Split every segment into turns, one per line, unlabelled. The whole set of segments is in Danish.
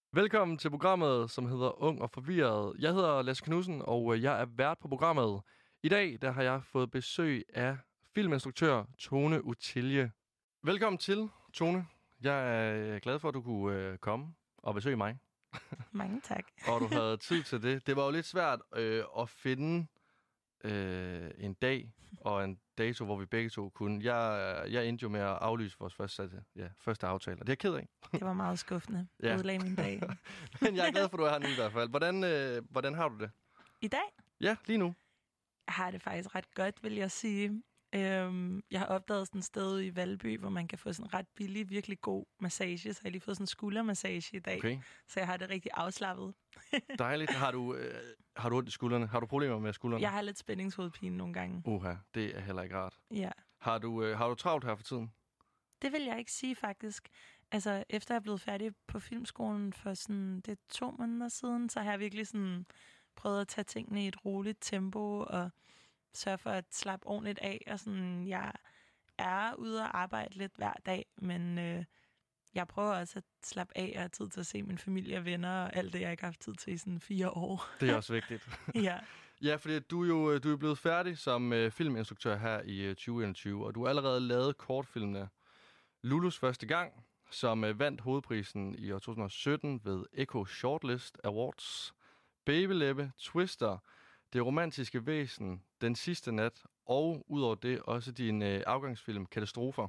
Velkommen til programmet, som hedder Ung og Forvirret. Jeg hedder Lasse Knudsen, og jeg er vært på programmet. I dag der har jeg fået besøg af filminstruktør Tone Utilje. Velkommen til, Tone. Jeg er glad for, at du kunne komme og besøge mig.
Mange tak.
Og du havde tid til det. Det var jo lidt svært at finde en dag og en dato, hvor vi begge to kunne. Jeg endte jo med at aflyse vores første aftale, og det er jeg ked af.
Det var meget skuffende.
Ja.
Udlagde min dag.
Men jeg er glad for, at du er her nu i hvert fald. Hvordan har du det?
I dag
Ja, lige nu.
har det faktisk ret godt, vil jeg sige. Jeg har opdaget sådan et sted i Valby, hvor man kan få sådan en ret billig, virkelig god massage. Så jeg har lige fået sådan en skuldermassage i dag.
Okay.
Så jeg har det rigtig afslappet.
Dejligt. Har du ondt i skuldrene? Har du problemer med skuldrene?
Jeg har lidt spændingshovedpine nogle gange.
Det er heller ikke rart.
Ja.
Har du travlt her for tiden?
Det vil jeg ikke sige, faktisk. Altså, efter jeg er blevet færdig på filmskolen for sådan, det er 2 måneder siden, så har jeg virkelig sådan prøvet at tage tingene i et roligt tempo og sørge for at slappe ordentligt af. Og sådan, jeg er ude og arbejde lidt hver dag, men jeg prøver også at slappe af og have tid til at se min familie og venner og alt det, jeg ikke har haft tid til i sådan 4 år.
Det er også vigtigt.
Ja.
Ja, fordi du er blevet færdig som filminstruktør her i 2021, og du har allerede lavet kortfilmene Lulus første gang, som vandt hovedprisen i år 2017 ved Echo Shortlist Awards, Babylæbe, Twister, Det romantiske væsen, Den sidste nat, og udover det også din afgangsfilm Katastrofer.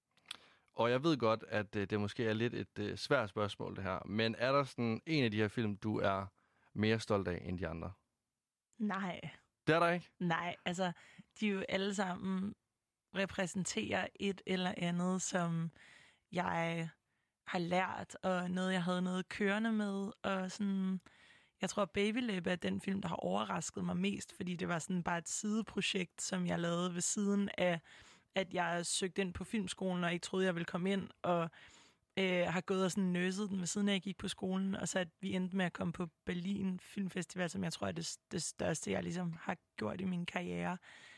Og jeg ved godt, at det måske er lidt et svært spørgsmål, det her, men er der sådan en af de her film, du er mere stolt af end de andre?
Nej.
Det er der ikke?
Nej, altså, de jo alle sammen repræsenterer et eller andet, som jeg har lært, og noget, jeg havde noget kørende med, og sådan, jeg tror, Babylæbe er den film, der har overrasket mig mest, fordi det var sådan bare et sideprojekt, som jeg lavede ved siden af, at jeg søgte ind på filmskolen, og ikke troede, jeg ville komme ind, og har gået og sådan nøset den ved siden af, jeg gik på skolen, og så at vi endte med at komme på Berlin Filmfestival, som jeg tror er det største, jeg ligesom har gjort i min karriere.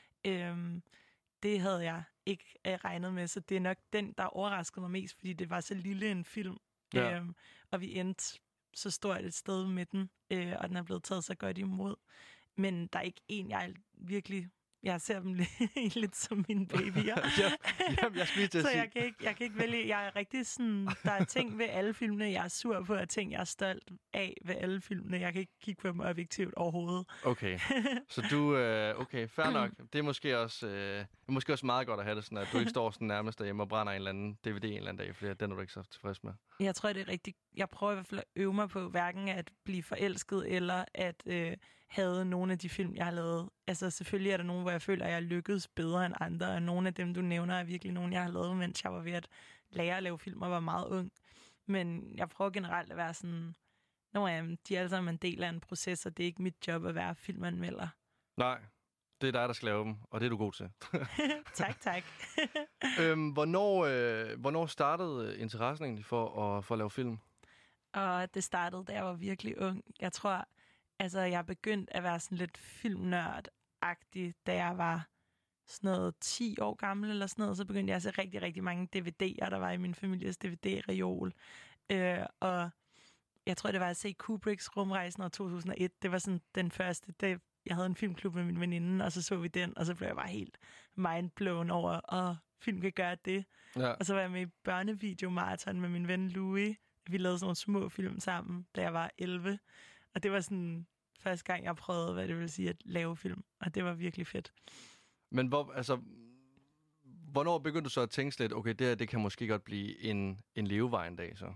Det havde jeg ikke regnet med, så det er nok den, der overraskede mig mest, fordi det var så lille en film,
Ja.
og vi endte så stort et sted med den, og den er blevet taget så godt imod. Men der er ikke en, jeg ser dem lidt som mine babyer.
Jeg skal lige til at
Så
sige.
jeg kan ikke vælge. Jeg er rigtig sådan, der er ting ved alle filmene, jeg er sur på, og ting, jeg er stolt af ved alle filmene. Jeg kan ikke kigge på dem objektivt overhovedet.
Okay, så du... okay, fair nok. Det er måske også meget godt at have det sådan, at du ikke står sådan nærmest derhjemme og brænder en eller anden DVD en eller anden dag, for den er du ikke så tilfreds med.
Jeg tror, det er rigtigt. Jeg prøver i hvert fald at øve mig på hverken at blive forelsket, eller at have nogle af de film, jeg har lavet. Altså selvfølgelig er der nogle, hvor jeg føler, at jeg lykkedes bedre end andre, og nogle af dem, du nævner, er virkelig nogle, jeg har lavet, mens jeg var ved at lære at lave film og var meget ung. Men jeg prøver generelt at være sådan, nogle af dem, de er alle sammen en del af en proces, og det er ikke mit job at være filmanmelder.
Nej, det er dig, der skal lave dem, og det er du god til.
Tak.
Hvornår startede interessen egentlig for at lave film?
Og det startede, da jeg var virkelig ung. Jeg tror, altså jeg begyndte at være sådan lidt filmnørd-agtig, da jeg var sådan noget 10 år gammel eller sådan noget. Så begyndte jeg at se rigtig, rigtig mange DVD'er, der var i min families DVD-reol. Og jeg tror, det var at se Kubricks Rumrejsen år 2001. Det var sådan den første. Jeg havde en filmklub med min veninde, og så vi den, og så blev jeg bare helt mindblown over, at film kan gøre det.
Ja.
Og så var jeg med i børnevideomarathon med min ven Louis. Vi lavede sådan nogle små film sammen, da jeg var 11. Og det var sådan første gang, jeg prøvede, hvad det vil sige at lave film. Og det var virkelig fedt.
Men hvornår begyndte du så at tænke lidt, okay, det kan måske godt blive en levevej en dag så?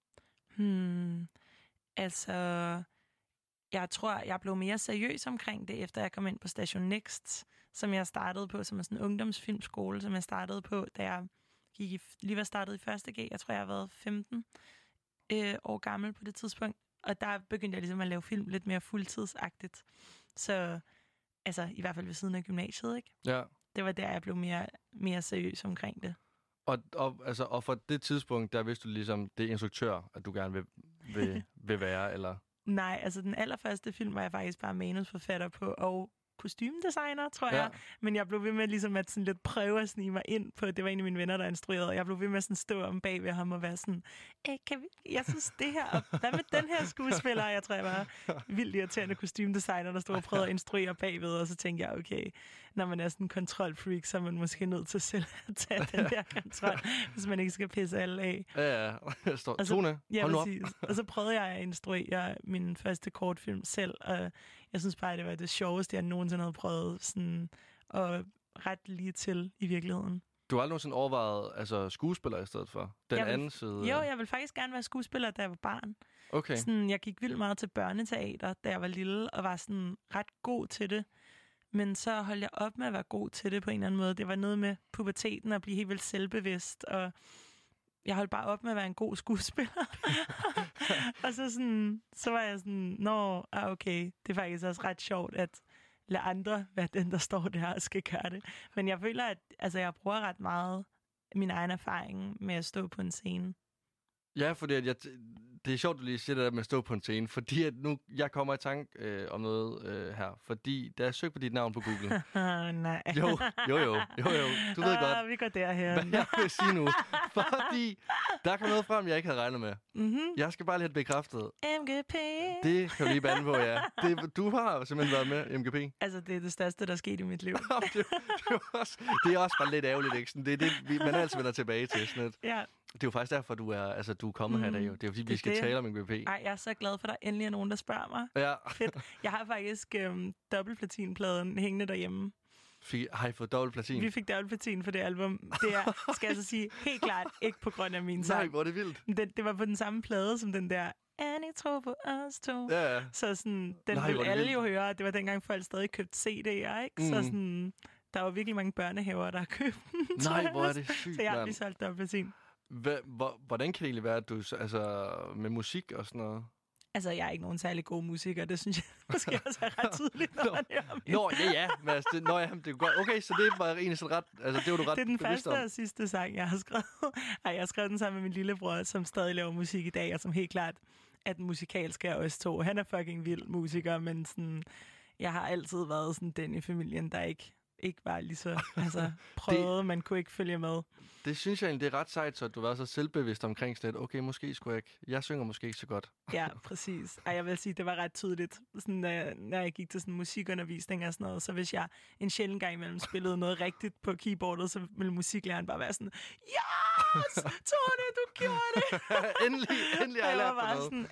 Altså, jeg tror, jeg blev mere seriøs omkring det, efter jeg kom ind på Station Next, som jeg startede på, som er sådan en ungdomsfilmskole, som jeg startede på, da jeg lige var startet i 1. G. Jeg tror, jeg har været 15 år gammel på det tidspunkt. Og der begyndte jeg ligesom at lave film lidt mere fuldtidsagtigt. Så, altså, i hvert fald ved siden af gymnasiet, ikke?
Ja.
Det var der, jeg blev mere seriøs omkring det.
Og for det tidspunkt, der vidste du ligesom, det er instruktør, at du gerne vil være, eller?
Nej, altså den allerførste film var jeg faktisk bare manusforfatter på, og kostymedesigner, tror
Ja.
jeg. Men jeg blev ved med ligesom at sådan lidt prøve at snige mig ind på, det var en af mine venner, der instruerede, og jeg blev ved med at sådan stå om bag ved ham og være sådan, jeg synes det her, og hvad med den her skuespiller? Jeg tror, jeg var vildt irriterende kostymedesigner, der stod og prøvede at instruere bagved, og så tænkte jeg, okay, når man er sådan en kontrolfreak, så er man måske nødt til selv at tage den der kontrol, hvis man ikke skal pisse alle af.
Ja.
Og så-
Tone,
Ja,
hold nu op.
præcis. Og så prøvede jeg at instruere min første kortfilm selv, og jeg synes bare, det var det sjoveste, jeg nogensinde havde prøvet, sådan, og ret lige til i virkeligheden.
Du har aldrig nogensinde overvejet altså, skuespiller i stedet for? Den
Jeg vil-
anden side?
Jo, jeg ville faktisk gerne være skuespiller, da jeg var barn.
Okay.
Sådan, jeg gik vildt meget til børneteater, da jeg var lille, og var sådan ret god til det. Men så holdt jeg op med at være god til det på en eller anden måde. Det var noget med puberteten og blive helt vildt selvbevidst, og jeg holdt bare op med at være en god skuespiller. Og så var jeg sådan, okay, det er faktisk også ret sjovt, at lade andre være den, der står der og skal gøre det. Men jeg føler, at jeg bruger ret meget min egen erfaring med at stå på en scene.
Ja, fordi det er sjovt, du lige siger det der med at stå på en scene, fordi at nu jeg kommer i tanke om noget her. Fordi da jeg søgte på dit navn på Google...
Nej.
Jo. Du ved godt,
Vi går derhen.
hvad jeg vil sige nu. Fordi der kom noget frem, jeg ikke havde regnet med.
Mm-hmm.
Jeg skal bare lige have det bekræftet.
MGP.
Det kan du lige bande på, ja. Du har simpelthen været med i MGP.
Altså, det er det største, der er sket i mit liv.
det er også bare lidt ærgerligt, ikke? Sådan, det er det, man altid vender tilbage til. Sådan et.
Ja.
Det er jo faktisk derfor, du er kommet her i dag. Jo. Det er jo fordi, vi skal tale om MGP.
Ej, jeg er så glad for, at der endelig er nogen, der spørger mig.
Ja.
Fedt. Jeg har faktisk dobbeltplatinpladen hængende derhjemme.
Har I fået dobbelt platin?
Vi fik dobbeltplatin for det album. Det er, skal jeg så sige, helt klart ikke på grund af min sang.
Nej, hvor er det vildt.
Det var på den samme plade som den der Annie tror på os to.
Ja.
Så sådan, den
Nej, hvor
ville
er det
alle
vildt.
jo høre. Det var dengang folk stadig købte CD'er, ikke? Så sådan, der var virkelig mange børnehaver, der har købt den. tror
Nej,
jeg
hvor er
også.
det sygt,
Så jeg har
mand.
lige solgt dobbeltplatin.
Hvordan kan det egentlig være, at du med musik og sådan noget?
Altså, jeg er ikke nogen særlig god musiker. Det synes jeg måske også er ret tydeligt, når man hører min.
Nå, ja. Men altså, det er godt. Okay, så det var egentlig sådan ret... Altså, det var du ret
Det er den
bevidst
første
om.
og sidste sang, jeg har skrevet. Ej, jeg har skrevet den sammen med min lillebror, som stadig laver musik i dag, og som helt klart er den musikalske af os to. Han er fucking vild musiker, men sådan, jeg har altid været sådan den i familien, der ikke var lige så prøvede, man kunne ikke følge med.
Det synes jeg egentlig, det er ret sejt, så at du var så selvbevidst omkring sådan lidt, okay, måske skulle jeg ikke... Jeg synger måske ikke så godt.
Ja, præcis. Ej, jeg vil sige, det var ret tydeligt, sådan, når jeg gik til sådan musikundervisning og sådan noget, så hvis jeg en sjældent gang imellem spillede noget rigtigt på keyboardet, så ville musiklæreren bare være sådan, yes, Tone, du gjorde det!
endelig har jeg
Og
lært
jeg var
på
bare
noget.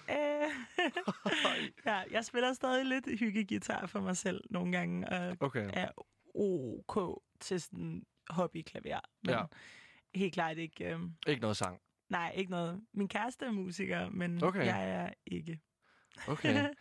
sådan, ja, jeg spiller stadig lidt hyggegitar for mig selv nogle gange, og
Okay.
er ok til sådan hobbyklaver, men
Ja.
helt klart ikke...
Ikke noget sang.
Nej, ikke noget. Min kæreste er musiker, men
Okay.
jeg er ikke.
Okay.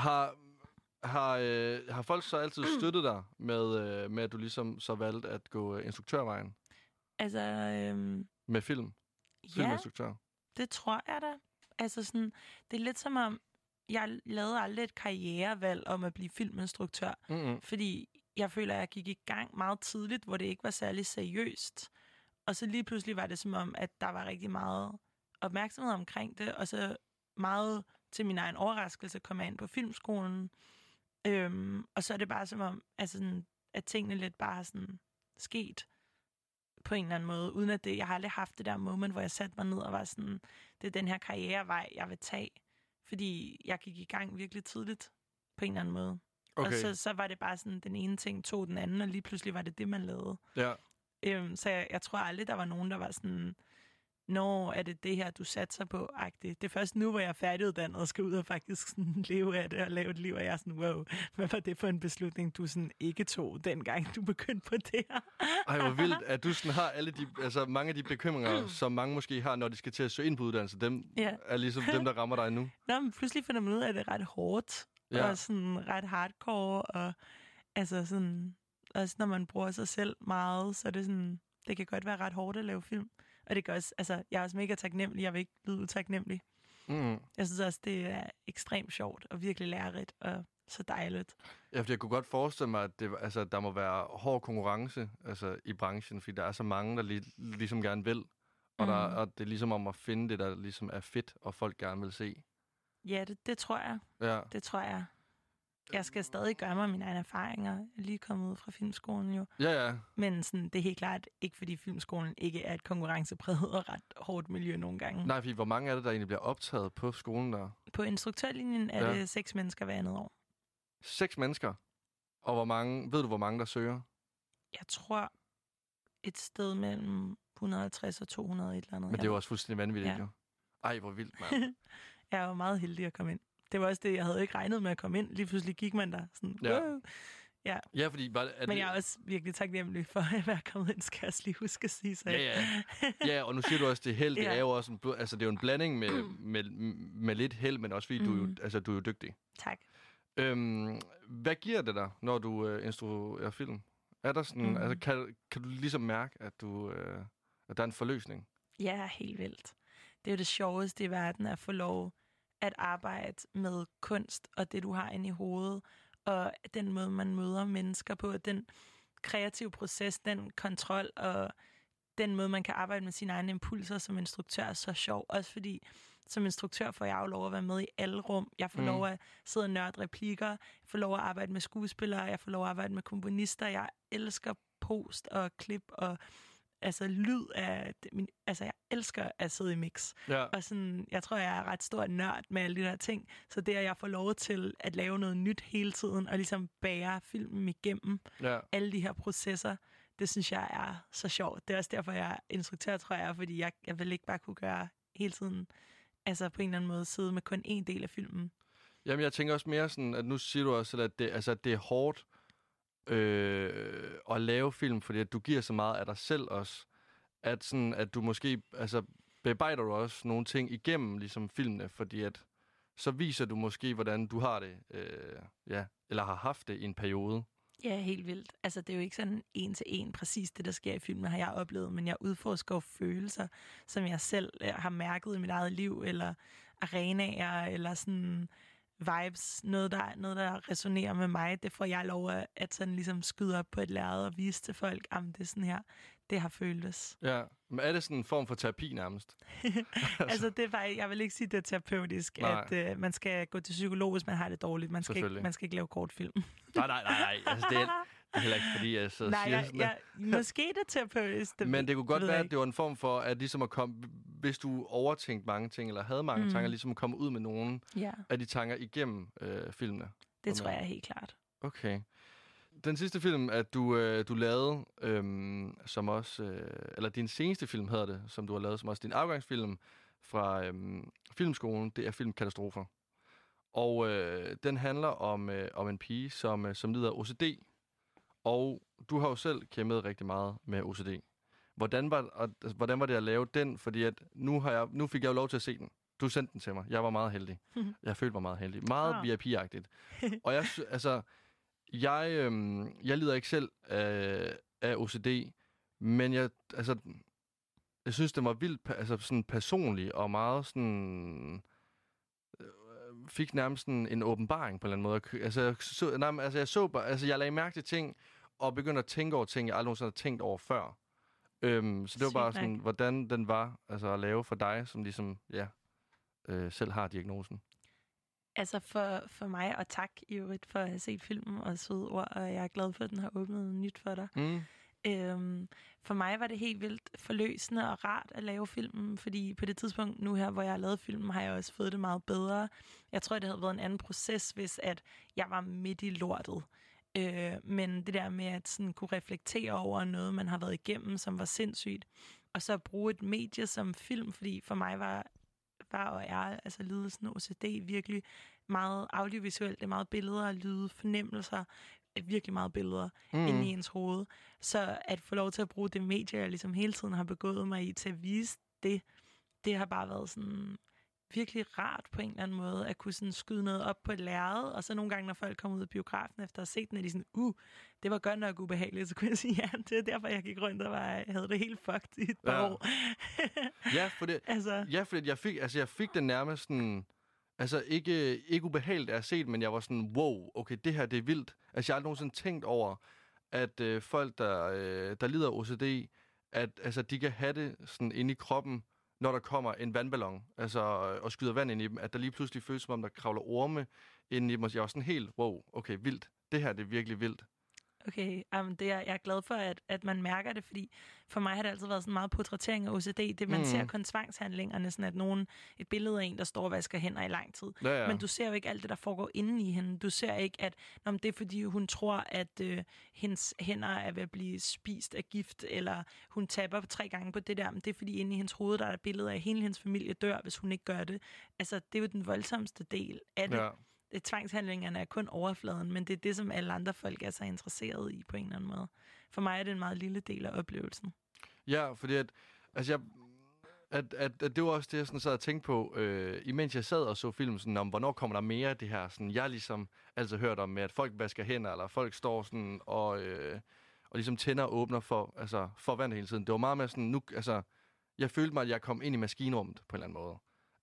Har folk så altid støttet dig med, at du ligesom så valgte at gå instruktørvejen
Altså,
med film?
ja,
Filminstruktør?
det tror jeg da. Altså sådan, det er lidt som om, jeg lavede aldrig et karrierevalg om at blive filminstruktør,
Mm-hmm.
fordi jeg føler, at jeg gik i gang meget tidligt, hvor det ikke var særlig seriøst. Og så lige pludselig var det som om, at der var rigtig meget opmærksomhed omkring det, og så meget til min egen overraskelse kom jeg ind på filmskolen. Og så er det bare som om, altså sådan, at tingene lidt bare har sådan sket på en eller anden måde, uden at det, jeg har aldrig haft det der moment, hvor jeg satte mig ned og var sådan, det er den her karrierevej, jeg vil tage. Fordi jeg gik i gang virkelig tidligt på en eller anden måde.
Okay.
Og så var det bare sådan, den ene ting tog den anden, og lige pludselig var det, man lavede.
Ja.
Så jeg tror aldrig, der var nogen, der var sådan, nå, er det her, du satser på-agtigt. Det er først nu, hvor jeg er færdiguddannet og skal ud og faktisk sådan leve af det og lave et liv, og jeg er sådan, wow, hvad var det for en beslutning, du sådan ikke tog, dengang du begyndte på det her?
Ej, hvor vildt, at du sådan har alle de, altså mange af de bekymringer, som mange måske har, når de skal til at søge ind på uddannelse, dem er ligesom dem, der rammer dig nu.
Nå, men pludselig finder man ud af, at det er ret hårdt, og sådan ret hardcore, og altså sådan, også når man bruger sig selv meget, så er det sådan, det kan godt være ret hårdt at lave film. Og det gør også, altså, jeg er også mega taknemmelig, jeg vil ikke lyde utaknemmelig.
Mm.
Jeg synes også, det er ekstremt sjovt, og virkelig lærerigt, og så dejligt.
Ja, fordi jeg kunne godt forestille mig, at der må være hård konkurrence i branchen, fordi der er så mange, der ligesom gerne vil. Og det er ligesom om at finde det, der ligesom er fedt, og folk gerne vil se.
Ja, det tror jeg.
Ja.
Det tror jeg. Jeg skal stadig gøre mig mine egne erfaringer. Jeg er lige kommet ud fra filmskolen jo.
Ja.
Men sådan, det er helt klart ikke, fordi filmskolen ikke er et konkurrencepræget og ret hårdt miljø nogle gange.
Nej, fordi hvor mange er det, der egentlig bliver optaget på skolen der?
På instruktørlinjen er det 6 mennesker hver andet år.
6 mennesker? Og ved du, hvor mange der søger?
Jeg tror et sted mellem 150 og 200 et eller andet.
Men det er jo også fuldstændig vanvittigt, jo. Ej, hvor vildt, mand.
Jeg var meget heldig at komme ind. Det var også det, jeg havde ikke regnet med at komme ind. Lige pludselig gik man der sådan, wow.
Ja, fordi...
Men jeg er også virkelig taknemmelig for at være kommet ind, skal jeg også lige huske at sige. Så.
Ja, og nu siger du også, det held, det er jo også det er jo en blanding med lidt held, men også fordi du er jo dygtig.
Tak.
Hvad giver det dig, når du instruerer film? Er der sådan, kan du ligesom mærke, at der er en forløsning?
Ja, helt vildt. Det er jo det sjoveste i verden, at få lov at arbejde med kunst og det, du har inde i hovedet, og den måde, man møder mennesker på, den kreative proces, den kontrol, og den måde, man kan arbejde med sine egne impulser som instruktør, er så sjov. Også fordi, som instruktør får jeg jo lov at være med i alle rum. Jeg får lov at sidde og nørde replikker, jeg får lov at arbejde med skuespillere, jeg får lov at arbejde med komponister. Jeg elsker post og klip og lyd af... jeg elsker at sidde i mix.
Ja.
Og sådan, jeg tror, jeg er ret stor nørd med alle de der ting. Så det, at jeg får lov til at lave noget nyt hele tiden, og ligesom bære filmen igennem alle de her processer, det synes jeg er så sjovt. Det er også derfor, jeg er instruktør, tror jeg, fordi jeg vil ikke bare kunne gøre hele tiden, på en eller anden måde sidde med kun en del af filmen.
Jamen, jeg tænker også mere sådan, at nu siger du også, at det er hårdt at lave film, fordi at du giver så meget af dig selv også, at du måske, bearbejder du også nogle ting igennem ligesom filmene, fordi at så viser du måske, hvordan du har det, eller har haft det i en periode.
Ja, helt vildt. Det er jo ikke sådan en til en præcis det, der sker i filmen, har jeg oplevet, men jeg udforsker følelser, som jeg selv har mærket i mit eget liv, eller arenaer, eller sådan vibes, noget der resonerer med mig. Det får jeg lov at sådan ligesom skyde op på et lærred og vise til folk, det er sådan her, det har føltes.
Ja, men er det sådan en form for terapi nærmest?
Det er faktisk, jeg vil ikke sige, det er terapeutisk, at man skal gå til psykolog, hvis man har det dårligt. Man skal ikke lave kortfilm.
Nej. Det er heller ikke, fordi jeg så siger sådan
måske det er terapeutisk.
Men det kunne godt være, at det var en form for, at ligesom at komme, hvis du overtænkte mange ting, eller havde mange tanker, ligesom at komme ud med nogle af de tanker igennem filmene.
Det tror jeg helt klart.
Okay. Den sidste film, at du lavede, som også, eller din seneste film hedder det, som du har lavet, som også din afgangsfilm fra filmskolen, det er film Katastrofer. Og den handler om en pige, som lider af OCD. Og du har jo selv kæmpet rigtig meget med OCD. Hvordan var det at lave den? Fordi at nu fik jeg jo lov til at se den. Du sendte den til mig. Jeg var meget heldig. Jeg følte mig meget heldig. Meget VIP-agtigt. Og jeg lider ikke selv af OCD, men jeg synes, det var vildt sådan personlig og meget sådan... fik nærmest en åbenbaring på en eller anden måde. Jeg lagde mærke til ting, og begyndte at tænke over ting, jeg aldrig nogensinde havde tænkt over før. Så det var bare sådan, hvordan den var at lave for dig, som ligesom, selv har diagnosen.
For mig, og tak i øvrigt for at have set filmen og søde ord, og jeg er glad for, at den har åbnet noget nyt for dig. For mig var det helt vildt forløsende og rart at lave filmen, fordi på det tidspunkt nu her, hvor jeg har lavet filmen, har jeg også fået det meget bedre. Jeg tror, det havde været en anden proces, hvis at jeg var midt i lortet. Men det der med at sådan kunne reflektere over noget, man har været igennem, som var sindssygt, og så bruge et medie som film, fordi for mig var og er lidelsen OCD virkelig meget audiovisuelt. Det er meget billeder, lyde, fornemmelser, virkelig meget billeder inde i ens hoved. Så at få lov til at bruge det medie, jeg ligesom hele tiden har begået mig i til at vise det har bare været sådan virkelig rart på en eller anden måde, at kunne sådan skyde noget op på et lærred, og så nogle gange, når folk kommer ud af biografen efter at have set den, er de sådan, det var godt nok ubehageligt, så kunne jeg sige, det er derfor, jeg gik rundt og havde det helt fucked i et par år.
Jeg fik den nærmest sådan, ikke ubehageligt at se, men jeg var sådan, wow, okay, det her, det er vildt. Jeg har aldrig nogensinde tænkt over, at folk, der lider af OCD, at de kan have det sådan inde i kroppen, når der kommer en vandballon, altså, og skyder vand ind i dem, at der lige pludselig føles som om, der kravler orme ind i dem, og jeg var sådan helt, wow, okay, vildt. Det her, det er virkelig vildt.
Okay, jeg er glad for, at man mærker det, fordi for mig har det altid været sådan meget portrættering af OCD. Det, man ser kun tvangshandlingerne, sådan at et billede af en, der står og vasker hænder i lang tid.
Ja.
Men du ser jo ikke alt det, der foregår inde i hende. Du ser ikke, at det er fordi, hun tror, at hendes hænder er ved at blive spist af gift, eller hun tapper 3 gange på det der. Men det er fordi, inde i hendes hoved, der er et billede af, at hele hendes familie dør, hvis hun ikke gør det. Altså, det er jo den voldsomste del af det. Ja. Tvangshandlingerne er kun overfladen, men det er det, som alle andre folk er så interesserede i på en eller anden måde. For mig er det en meget lille del af oplevelsen.
Ja, fordi at det var også det, jeg sådan sad og tænkte på, imens jeg sad og så filmen, sådan, om hvornår kommer der mere af det her. Sådan, jeg ligesom altid hørt om, med, at folk vasker hænder, eller folk står sådan og ligesom tænder og åbner for vand hele tiden. Det var meget mere sådan, jeg følte mig, at jeg kom ind i maskinrummet på en eller anden måde.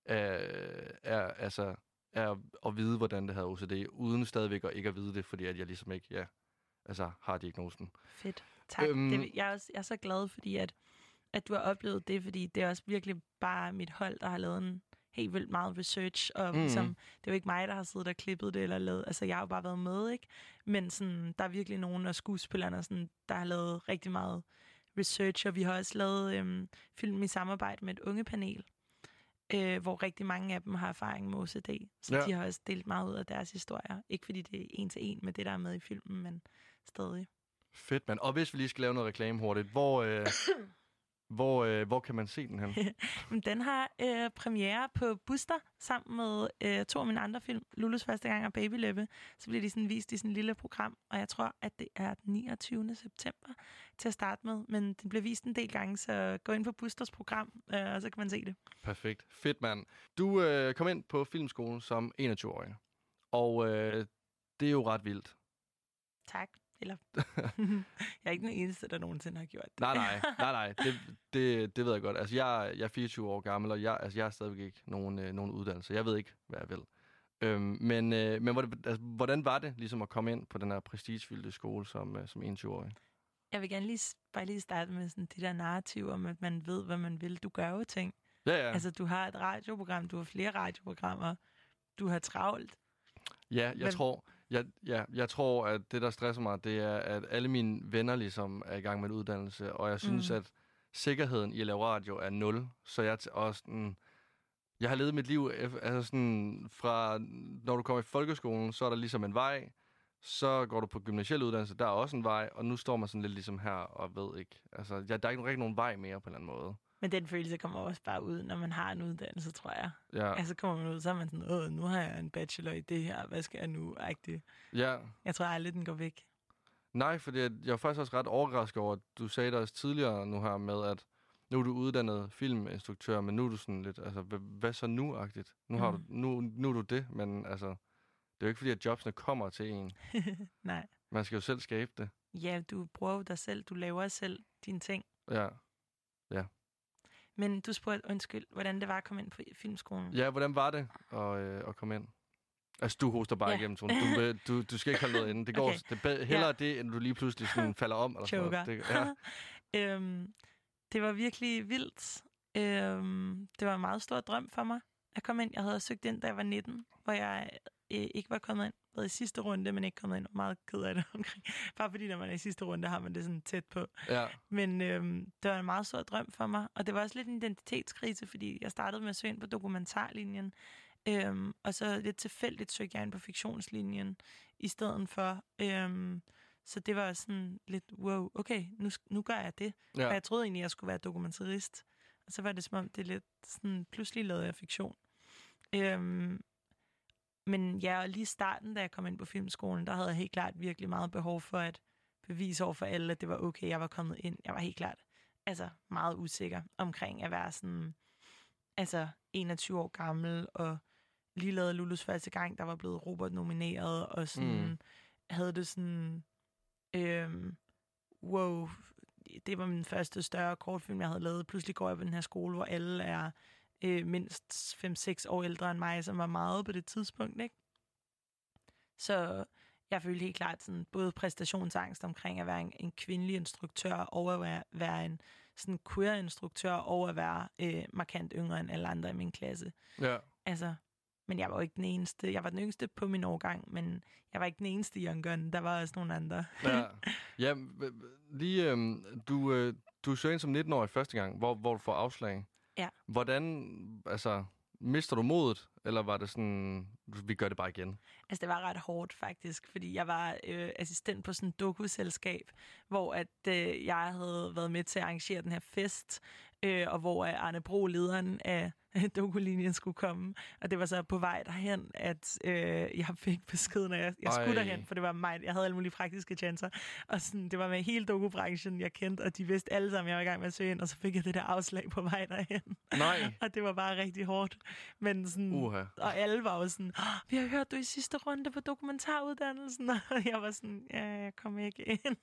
Er at vide, hvordan det havde OCD, uden stadigvæk at ikke at vide det, fordi at jeg ligesom ikke, har diagnosen.
Fedt. Tak. Jeg er så glad, fordi at du har oplevet det, fordi det er også virkelig bare mit hold, der har lavet en helt vildt meget research, og ligesom, det er jo ikke mig, der har siddet og klippet det, eller lavet, altså jeg har jo bare været med, ikke? Men sådan, der er virkelig nogle af skuespillerne, sådan, der har lavet rigtig meget research, og vi har også lavet film i samarbejde med et ungepanel, hvor rigtig mange af dem har erfaring med OCD. Så de har også delt meget ud af deres historier. Ikke fordi det er 1 til 1 med det, der er med i filmen, men stadig.
Fedt, mand. Og hvis vi lige skal lave noget reklame hurtigt, hvor kan man se den hen?
Den har premiere på Buster sammen med 2 af mine andre film, Lulus første gang og Baby Leppe. Så bliver de sådan vist i sådan et lille program, og jeg tror, at det er den 29. september til at starte med. Men den bliver vist en del gange, så gå ind på Busters program, og så kan man se det.
Perfekt. Fedt, mand. Du kom ind på filmskolen som 21-årig, og det er jo ret vildt.
Tak. Eller jeg er ikke den eneste, der nogensinde har gjort det.
Nej. Det ved jeg godt. Altså, jeg er 24 år gammel, og jeg har stadigvæk ikke nogen uddannelse. Jeg ved ikke, hvad jeg vil. Men hvordan var det ligesom at komme ind på den her prestigefyldte skole som 21-årig?
Jeg vil gerne bare lige starte med sådan det der narrativ om, at man ved, hvad man vil. Du gør jo ting.
Ja.
Altså, du har et radioprogram, du har flere radioprogrammer, du har travlt.
Ja, jeg tror, at det, der stresser mig, det er, at alle mine venner ligesom er i gang med en uddannelse, og jeg synes, at sikkerheden i at lave radio er 0. Så jeg har levet mit liv, altså sådan, fra når du kommer i folkeskolen, så er der ligesom en vej, så går du på gymnasiel uddannelse, der er også en vej, og nu står man sådan lidt ligesom her og ved ikke. Altså, der er ikke rigtig nogen vej mere på en eller anden måde.
Men den følelse kommer også bare ud, når man har en uddannelse, tror jeg.
Ja.
Altså kommer man ud, så er man sådan, nu har jeg en bachelor i det her, hvad skal jeg nu?
Ja.
Jeg tror aldrig, den går væk.
Nej, fordi jeg var faktisk også ret overrasket over, at du sagde det også tidligere nu her med, at nu er du uddannet filminstruktør, men nu er du sådan lidt, altså, hvad så nu-agtigt? Nu er du det, men altså, det er jo ikke fordi, at jobsene kommer til en.
Nej.
Man skal jo selv skabe det.
Ja, du bruger jo dig selv, du laver selv dine ting.
Ja.
Men du spurgte, undskyld, hvordan det var at komme ind på filmskolen.
Ja, hvordan var det at komme ind? Altså, du hoster bare igennem, Tone. Du skal ikke holde noget inde. Det går hellere det, end du lige pludselig sådan falder om. Eller
Choker.
Sådan noget.
Det var virkelig vildt. Det var en meget stor drøm for mig at komme ind. Jeg havde søgt ind, da jeg var 19, hvor jeg ikke var kommet ind. Jeg var i sidste runde, men ikke kommet ind. Og meget ked af det omkring. Bare fordi, når man er i sidste runde, har man det sådan tæt på.
Ja.
Men det var en meget stor drøm for mig. Og det var også lidt en identitetskrise, fordi jeg startede med at søge ind på dokumentarlinjen. Og så lidt tilfældigt søgte jeg ind på fiktionslinjen i stedet for. Så det var sådan lidt, wow, okay, nu gør jeg det. Ja. Og jeg troede egentlig, jeg skulle være dokumentarist. Og så var det som om, det lidt sådan, pludselig lavede jeg fiktion. Men ja, og lige i starten, da jeg kom ind på filmskolen, der havde jeg helt klart virkelig meget behov for at bevise over for alle, at det var okay, jeg var kommet ind. Jeg var helt klart meget usikker omkring at være sådan, 21 år gammel, og lige lavede Lulus første gang, der var blevet Robert nomineret, og sådan havde det sådan, wow, det var min første større kortfilm, jeg havde lavet. Pludselig går jeg på den her skole, hvor alle er mindst 5-6 år ældre end mig, som var meget på det tidspunkt, ikke? Så jeg følte helt klart sådan, både præstationsangst omkring at være en kvindelig instruktør, og at være en sådan queer-instruktør og at være markant yngre end alle andre i min klasse.
Ja.
Altså, men jeg var jo ikke den eneste. Jeg var den yngste på min årgang, men jeg var ikke den eneste young gun. Der var også nogle andre.
Ja, lige, du søger ind som 19-årig første gang, hvor du får afslag.
Ja.
Hvordan, altså, mister du modet, eller var det sådan, vi gør det bare igen?
Altså, det var ret hårdt, faktisk, fordi jeg var assistent på sådan et dokuselskab, hvor at, jeg havde været med til at arrangere den her fest, og hvor Arne Bro, lederen af dokulinjen, skulle komme. Og det var så på vej derhen, at jeg fik besked, når jeg skulle derhen, for det var mig. Jeg havde alle mulige praktiske chancer. Og sådan, det var med hele dokubranchen, jeg kendte, og de vidste alle sammen, jeg var i gang med at søge ind, og så fik jeg det der afslag på vej derhen.
Nej.
Og det var bare rigtig hårdt. Men sådan, og alle var jo sådan, vi har hørt, du i sidste runde på dokumentaruddannelsen. Og jeg var sådan, ja, jeg kom ikke ind.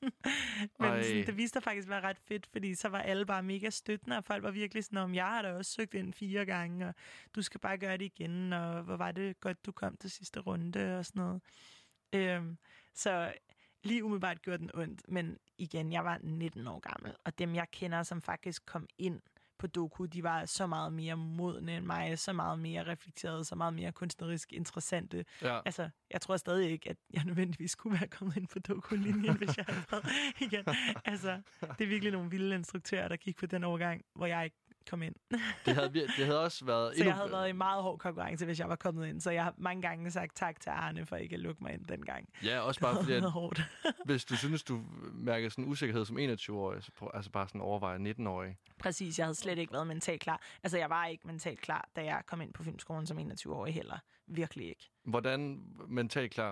Men sådan, det viste sig faktisk at være ret fedt, fordi så var alle bare mega støttende, og folk var virkelig sådan, om jeg har da også søgt ind 4 gange, og du skal bare gøre det igen, og hvor var det godt, du kom til sidste runde, og sådan noget. Så lige umiddelbart gjorde den ondt, men igen, jeg var 19 år gammel, og dem, jeg kender, som faktisk kom ind på doku, de var så meget mere modne end mig, så meget mere reflekterede, så meget mere kunstnerisk interessante.
Ja.
Altså, jeg tror stadig ikke, at jeg nødvendigvis skulle være kommet ind på dokulinjen, hvis jeg havde været igen. Altså, det er virkelig nogle vilde instruktører, der gik på den overgang, hvor jeg ikke kom ind.
Det havde også været...
Så jeg havde været i meget hård konkurrence, hvis jeg var kommet ind. Så jeg har mange gange sagt tak til Arne, for ikke at lukke mig ind dengang.
Ja, også bare fordi,
hårdt.
Hvis du synes, du mærker sådan usikkerhed som 21-årig, så altså bare sådan overveje 19-årig.
Præcis, jeg havde slet ikke været mentalt klar. Altså, jeg var ikke mentalt klar, da jeg kom ind på filmskolen som 21-årig heller. Virkelig ikke.
Hvordan mentalt klar?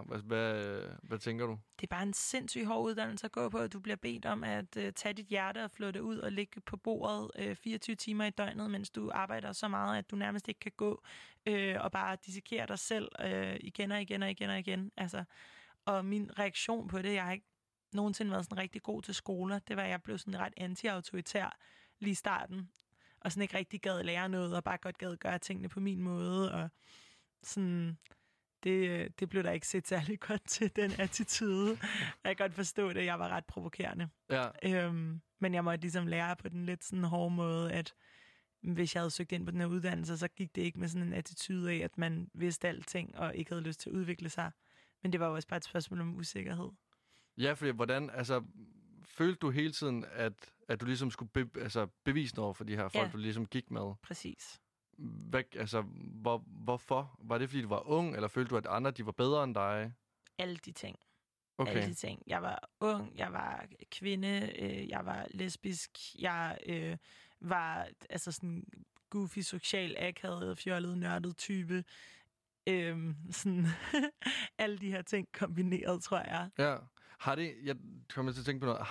Hvad tænker du?
Det er bare en sindssygt hård uddannelse at gå på. Du bliver bedt om at tage dit hjerte og flå det ud og ligge på bordet 24 timer i døgnet, mens du arbejder så meget, at du nærmest ikke kan gå og bare dissekere dig selv igen og igen og igen og igen. Altså, og min reaktion på det, jeg har ikke nogensinde været sådan rigtig god til skoler, det var, at jeg blev sådan ret anti-autoritær lige i starten, og sådan ikke rigtig gad lære noget, og bare godt gad gøre tingene på min måde, og sådan... Det blev der ikke set særlig godt til, den attitude. Jeg kan godt forstå det, jeg var ret provokerende.
Ja.
Men jeg måtte ligesom lære på den lidt sådan hårde måde, at hvis jeg havde søgt ind på den her uddannelse, så gik det ikke med sådan en attitude af, at man vidste alting og ikke havde lyst til at udvikle sig. Men det var jo også bare et spørgsmål om usikkerhed. Ja,
fordi hvordan, altså, følte du hele tiden, at du ligesom skulle bevise noget for de her folk, du ligesom gik med?
Præcis.
Hvorfor? Var det, fordi du var ung, eller følte du, at andre de var bedre end dig?
Alle de ting.
Okay.
Alle de ting. Jeg var ung, jeg var kvinde, jeg var lesbisk, jeg var altså sådan goofy, social, akavet, fjollet, nørdet type. Sådan alle de her ting kombineret, tror jeg.
Ja. Jeg kommer til at tænke på noget.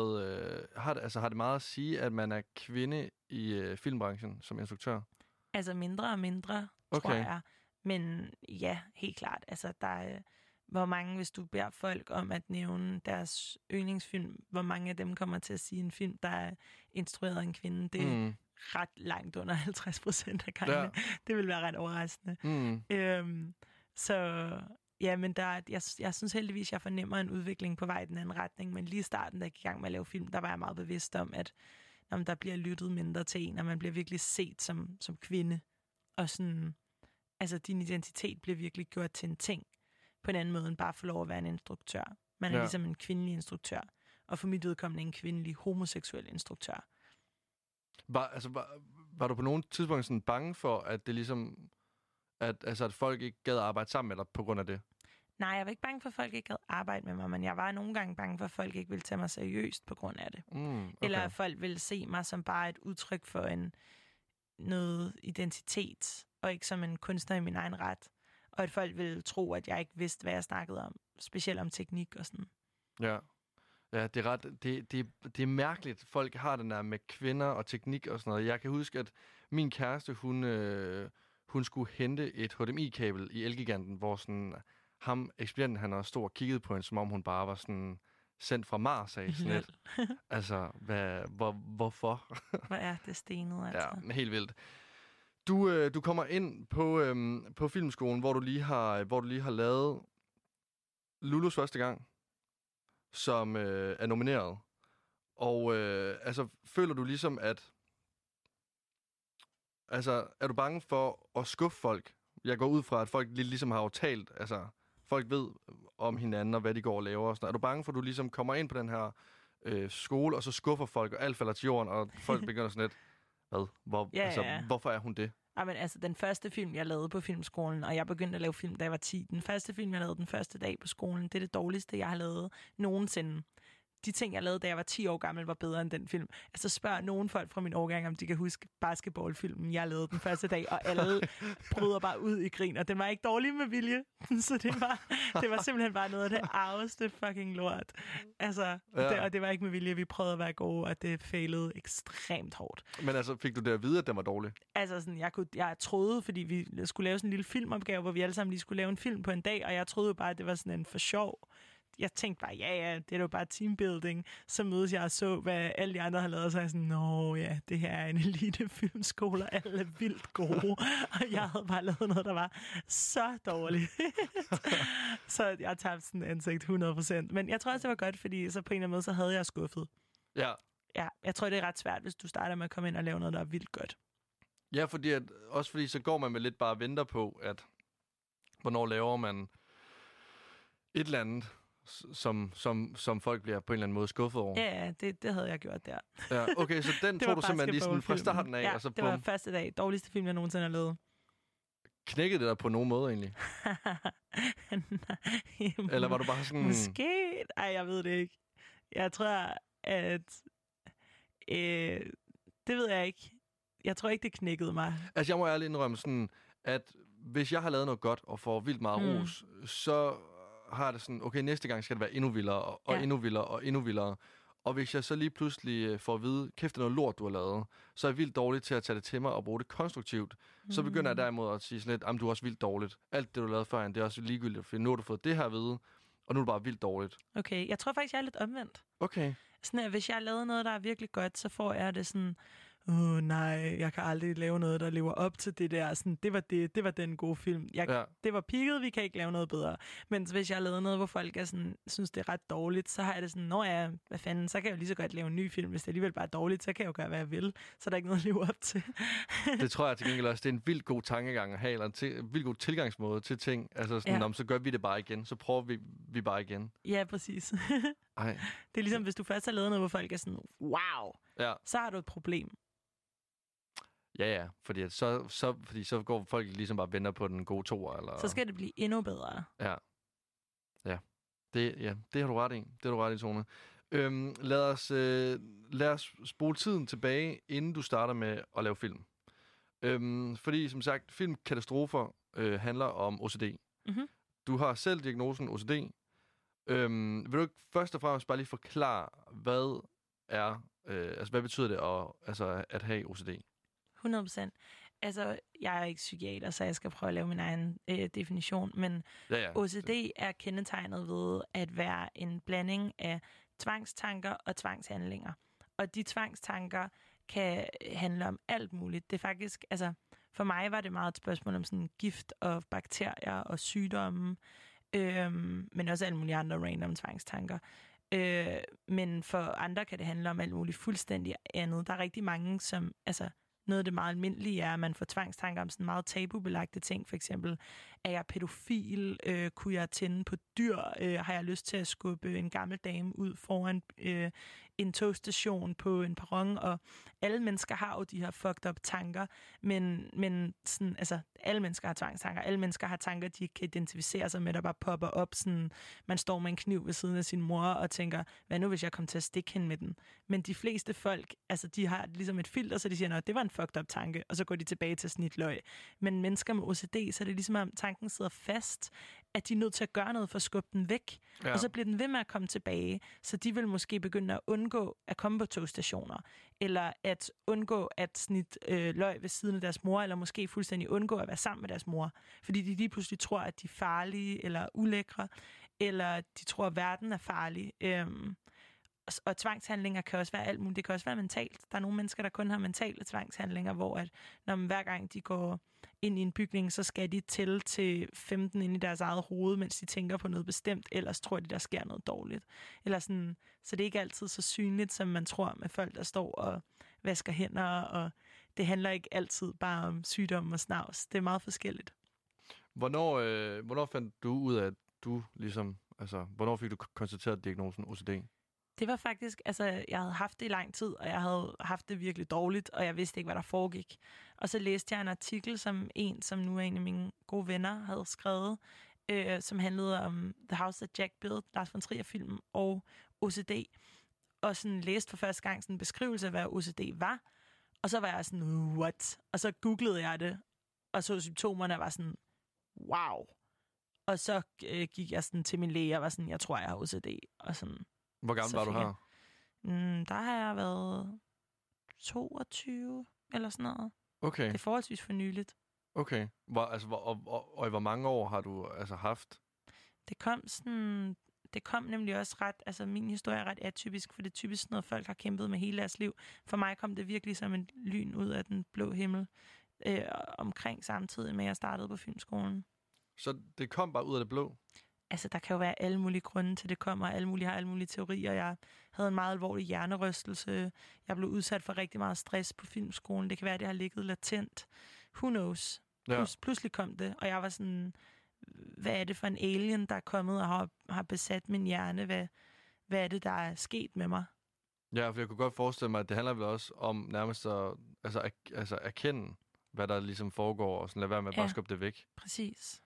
Har det meget at sige, at man er kvinde i filmbranchen som instruktør?
Altså mindre og mindre, tror jeg. Men ja, helt klart. Altså, der er, hvor mange, hvis du beder folk om at nævne deres yndlingsfilm, hvor mange af dem kommer til at sige en film, der er instrueret af en kvinde, det er ret langt under 50% af gangene. Ja. Det vil være ret overraskende. Så ja, men jeg synes heldigvis, jeg fornemmer en udvikling på vej i den anden retning, men lige i starten, da jeg gik i gang med at lave film, der var jeg meget bevidst om, at når der bliver lyttet mindre til en, og man bliver virkelig set som kvinde, og sådan, altså din identitet bliver virkelig gjort til en ting, på en anden måde end bare få lov at være en instruktør. Man er ligesom en kvindelig instruktør, og for mit vedkommende en kvindelig homoseksuel instruktør.
Var du på nogen tidspunkt sådan bange for, at det ligesom, at folk ikke gad arbejde sammen med dig på grund af det?
Nej, jeg var ikke bange for, at folk ikke havde arbejde med mig, men jeg var nogle gange bange for, at folk ikke ville tage mig seriøst på grund af det.
Okay.
Eller at folk ville se mig som bare et udtryk for noget identitet, og ikke som en kunstner i min egen ret. Og at folk ville tro, at jeg ikke vidste, hvad jeg snakkede om, specielt om teknik og sådan.
Ja, det er ret. Det er mærkeligt, folk har den der med kvinder og teknik og sådan noget. Jeg kan huske, at min kæreste, hun skulle hente et HDMI-kabel i Elgiganten, hvor sådan ekspedienten, han også stod og kiggede på hende, som om hun bare var sådan sendt fra Mars af. Sådan lidt. Altså, hvorfor?
Hvor er det stenet, altså?
Ja, helt vildt. Du kommer ind på filmskolen, hvor du lige har lavet Lulus første gang, som er nomineret. Og altså, føler du ligesom, at... Altså, er du bange for at skuffe folk? Jeg går ud fra, at folk ligesom har jo talt, altså, folk ved om hinanden, og hvad de går og laver. Og sådan. Er du bange for, at du ligesom kommer ind på den her skole, og så skuffer folk, og alt falder til jorden, og folk begynder sådan lidt, hvad? Hvorfor er hun det?
Men altså, den første film, jeg lavede på filmskolen, og jeg begyndte at lave film, da jeg var 10. Den første film, jeg lavede den første dag på skolen, det er det dårligste, jeg har lavet nogensinde. De ting, jeg lavede, da jeg var 10 år gammel, var bedre end den film. Altså spørg nogen folk fra min årgang, om de kan huske basketballfilmen, jeg lavede den første dag, og alle bryder bare ud i grin, og den var ikke dårlig med vilje. Så det var simpelthen bare noget af det arveste fucking lort. Altså, og det var ikke med vilje, vi prøvede at være gode, og det failede ekstremt hårdt.
Men altså, fik du det at vide, at den var dårlig?
Altså, sådan, jeg troede, fordi vi skulle lave sådan en lille filmopgave, hvor vi alle sammen lige skulle lave en film på en dag, og jeg troede bare, at det var sådan en for sjov. Jeg tænkte bare, ja, det er jo bare teambuilding. Så mødes jeg og så, hvad alle de andre har lavet, og så er jeg sådan, ja, det her er en elite filmskole, og alle er vildt gode. Og jeg havde bare lavet noget, der var så dårligt. Så jeg tabte sådan ansigt 100%. Men jeg tror også, det var godt, fordi så på en eller anden måde, så havde jeg skuffet.
Ja.
Ja, jeg tror, det er ret svært, hvis du starter med at komme ind og lave noget, der er vildt godt.
Ja, fordi så går man med lidt bare og venter på, at hvornår laver man et eller andet, som folk bliver på en eller anden måde skuffet over.
Ja, det havde jeg gjort der.
Ja, okay, så den tog du simpelthen lige sådan fra starten af.
Ja,
og så
det var første dag. Dårligste film, jeg nogensinde har lavet.
Knækkede det der på nogen måde egentlig? Eller var du bare sådan...
Måske. Ej, jeg ved det ikke. Jeg tror, at... det ved jeg ikke. Jeg tror ikke, det knækkede mig.
Altså, jeg må ærligt indrømme sådan, at hvis jeg har lavet noget godt og får vildt meget ros, så har det sådan, okay, næste gang skal det være endnu vildere, og endnu vildere, og endnu vildere. Og hvis jeg så lige pludselig får at vide, kæft, det er noget lort, du har lavet, så er jeg vildt dårlig til at tage det til mig og bruge det konstruktivt. Så begynder jeg derimod at sige sådan lidt, du er også vildt dårligt. Alt det, du lavede førhen, det er også ligegyldigt, for nu har du fået det her at vide, og nu er det bare vildt dårligt.
Okay, jeg tror faktisk, jeg er lidt omvendt.
Okay.
Sådan at hvis jeg lavede noget, der er virkelig godt, så får jeg det sådan... nej, jeg kan aldrig lave noget, der lever op til det der. Sådan, det var den gode film. Det var peaked, vi kan ikke lave noget bedre. Men hvis jeg lavede noget, hvor folk er sådan, synes, det er ret dårligt, så har jeg det sådan, hvad fanden, så kan jeg jo lige så godt lave en ny film. Hvis det alligevel bare er dårligt, så kan jeg jo gøre, hvad jeg vil. Så er der ikke noget at leve op til.
Det tror jeg til gengæld også, det er en vildt god tankegang at have, eller en vildt god tilgangsmåde til ting. Altså sådan, så gør vi det bare igen, så prøver vi bare igen.
Ja, præcis.
Ej.
Det er ligesom, hvis du først har lavet noget, hvor folk er sådan, wow, så har du et problem.
Ja, fordi så går folk ligesom bare og venter på den gode toer. Eller...
Så skal det blive endnu bedre.
Ja. Det har du ret i. Det har du ret i, Tone. Lad os spole tiden tilbage, inden du starter med at lave film. Fordi, som sagt, filmkatastrofer handler om OCD.
Mm-hmm.
Du har selv diagnosen OCD. Vil du ikke først og fremmest bare lige forklare, hvad betyder det at have OCD?
100%. Altså, jeg er ikke psykiater, så jeg skal prøve at lave min egen definition, men OCD er kendetegnet ved at være en blanding af tvangstanker og tvangshandlinger. Og de tvangstanker kan handle om alt muligt. Det er faktisk, altså, for mig var det meget et spørgsmål om sådan gift og bakterier og sygdomme, men også alle mulige andre random tvangstanker. Men for andre kan det handle om alt muligt fuldstændig andet. Der er rigtig mange, som, altså, noget af det meget almindelige er, at man får tvangstanker om sådan meget tabubelagte ting. For eksempel, er jeg pædofil? Kunne jeg tænde på dyr? Har jeg lyst til at skubbe en gammel dame ud foran en togstation på en perron? Og alle mennesker har jo de her fucked up tanker, men sådan, altså, alle mennesker har tvangstanker. Alle mennesker har tanker, de kan identificere sig med, der bare popper op. Sådan, man står med en kniv ved siden af sin mor og tænker, hvad nu hvis jeg kommer til at stikke hende med den? Men de fleste folk, altså, de har ligesom et filter, så de siger, det var en fucked up tanke, og så går de tilbage til snitløg. Men mennesker med OCD, så er det ligesom, at tanken sidder fast, at de er nødt til at gøre noget for at skubbe den væk. Ja. Og så bliver den ved med at komme tilbage. Så de vil måske begynde at undgå at komme på togstationer, eller at undgå at snit løg ved siden af deres mor, eller måske fuldstændig undgå at være sammen med deres mor. Fordi de lige pludselig tror, at de er farlige, eller ulækre, eller de tror, at verden er farlig. og tvangshandlinger kan også være alt muligt. Det kan også være mentalt. Der er nogle mennesker, der kun har mentale tvangshandlinger, hvor at, når man, hver gang de går ind i en bygning, så skal de tælle til 15 ind i deres eget hoved, mens de tænker på noget bestemt, ellers tror de, der sker noget dårligt. Eller sådan, så det er ikke altid så synligt, som man tror med folk, der står og vasker hænder, og det handler ikke altid bare om sygdom og snavs. Det er meget forskelligt.
Hvornår fandt du ud af, at du ligesom, altså, hvornår fik du konstateret diagnosen OCD?
Det var faktisk, altså, jeg havde haft det i lang tid, og jeg havde haft det virkelig dårligt, og jeg vidste ikke, hvad der foregik. Og så læste jeg en artikel, som nu er en af mine gode venner havde skrevet, som handlede om The House That Jack Built, Lars von Trier-filmen, og OCD. Og sådan læste for første gang sådan en beskrivelse af, hvad OCD var. Og så var jeg sådan, what? Og så googlede jeg det, og så symptomerne og var sådan, wow. Og så gik jeg sådan til min læge og var sådan, jeg tror, jeg har OCD. Og sådan,
hvor gammel var du her?
Der har jeg været 22 eller sådan noget.
Okay.
Det er forholdsvis for nyligt.
Okay. Og i hvor mange år har du altså haft?
Det kom nemlig også ret, altså min historie er ret atypisk, for det er typisk noget, folk har kæmpet med hele deres liv. For mig kom det virkelig som en lyn ud af den blå himmel, omkring samtidig med, at jeg startede på filmskolen.
Så det kom bare ud af det blå?
Altså, der kan jo være alle mulige grunde til, det kommer. Har alle mulige teorier. Jeg havde en meget alvorlig hjernerystelse. Jeg blev udsat for rigtig meget stress på filmskolen. Det kan være, at det har ligget latent. Who knows?
Ja.
Pludselig kom det, og jeg var sådan, hvad er det for en alien, der er kommet og har besat min hjerne? Hvad er det, der er sket med mig?
Ja, for jeg kunne godt forestille mig, at det handler vel også om nærmest at erkende, hvad der ligesom foregår, og sådan lade være med at bare skubbe det væk.
Præcis.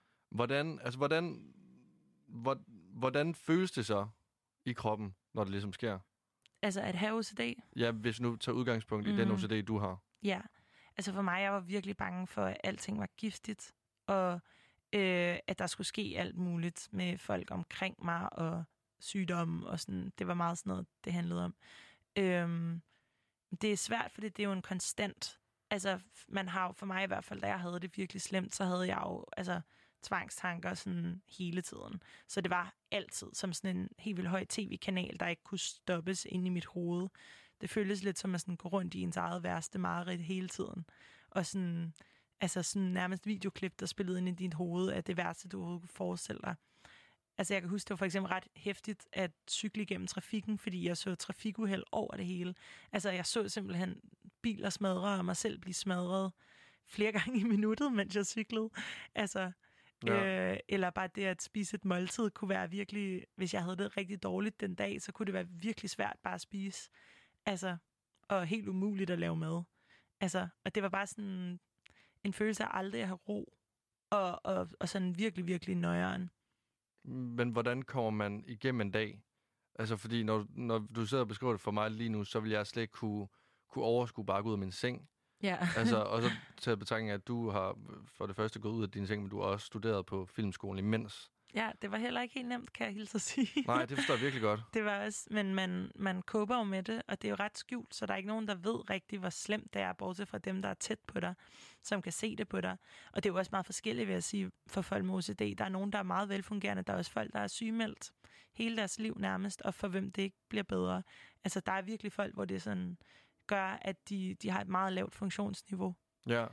Hvordan føles det så i kroppen, når det ligesom sker?
Altså at have OCD?
Ja, hvis nu tager udgangspunkt i den OCD, du har.
Ja, altså for mig, jeg var virkelig bange for, at alting var giftigt, og at der skulle ske alt muligt med folk omkring mig, og sygdomme, og sådan. Det var meget sådan noget, det handlede om. Det er svært, fordi det er jo en konstant. Altså, man har jo, for mig i hvert fald, da jeg havde det virkelig slemt, så havde jeg jo tvangstanker sådan hele tiden. Så det var altid som sådan en helt vildt høj tv-kanal, der ikke kunne stoppes inde i mit hoved. Det føltes lidt som at sådan gå rundt i ens eget værste mareridt hele tiden. Og sådan, altså sådan nærmest videoklip, der spillede ind i dit hoved, af det værste, du overhovedet kunne forestille dig. Altså jeg kan huske, det var for eksempel ret hæftigt at cykle igennem trafikken, fordi jeg så trafikuheld over det hele. Altså jeg så simpelthen biler smadre, og mig selv blive smadret flere gange i minuttet, mens jeg cyklede. Altså, eller bare det at spise et måltid kunne være virkelig, hvis jeg havde det rigtig dårligt den dag, så kunne det være virkelig svært bare at spise. Altså, og helt umuligt at lave mad. Altså, og det var bare sådan en følelse af aldrig at have ro, og sådan virkelig, virkelig nøjeren.
Men hvordan kommer man igennem en dag? Altså, fordi når du sidder og beskriver det for mig lige nu, så vil jeg slet ikke kunne overskue bare gå ud af min seng.
Ja.
Altså, og så taget betragtning af, at du har for det første gået ud af din seng, men du har også studeret på filmskolen imens.
Ja, det var heller ikke helt nemt, kan jeg hilse at sige.
Nej, det forstår jeg virkelig godt.
Det var også, men man kåber jo med det, og det er jo ret skjult, så der er ikke nogen, der ved rigtig, hvor slemt det er, bortset fra dem, der er tæt på dig, som kan se det på dig. Og det er jo også meget forskelligt, vil jeg sige, for folk med OCD. Der er nogen, der er meget velfungerende, der er også folk, der er sygemeldt hele deres liv nærmest, og for hvem det ikke bliver bedre. Altså, der er virkelig folk, hvor det sådan gør, at de har et meget lavt funktionsniveau.
Ja.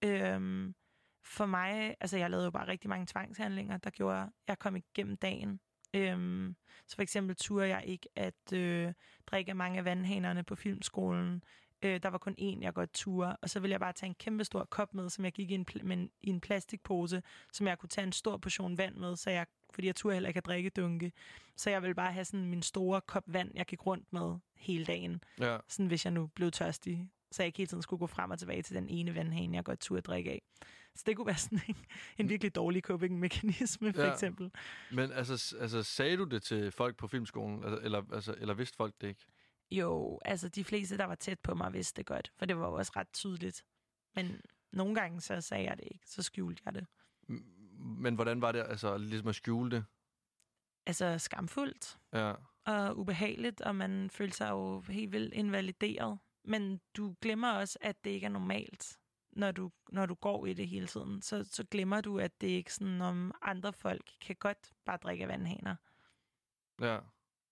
For mig, altså jeg lavede jo bare rigtig mange tvangshandlinger, der gjorde, at jeg kom igennem dagen. Så for eksempel turde jeg ikke at drikke mange af vandhanerne på filmskolen. Der var kun én, jeg godt turde, og så ville jeg bare tage en kæmpe stor kop med, som jeg gik i en plastikpose, som jeg kunne tage en stor portion vand med, fordi jeg turde heller ikke at drikke dunke. Så jeg ville bare have sådan min store kop vand, jeg gik rundt med hele dagen. Ja. Sådan hvis jeg nu blev tørstig, så jeg ikke hele tiden skulle gå frem og tilbage til den ene vandhane, jeg godt turde drikke af. Så det kunne være sådan en virkelig dårlig coping-mekanisme, for eksempel.
Men altså sagde du det til folk på filmskolen, eller vidste folk det ikke?
Jo, altså de fleste, der var tæt på mig, vidste det godt, for det var jo også ret tydeligt. Men nogle gange, så sagde jeg det ikke, så skjulte jeg det.
Men hvordan var det, altså ligesom at skjule det?
Altså skamfuldt.
Ja.
Og ubehageligt, og man følte sig jo helt vildt invalideret. Men du glemmer også, at det ikke er normalt, når du går i det hele tiden. Så glemmer du, at det ikke er sådan, om andre folk kan godt bare drikke vandhaner.
Ja.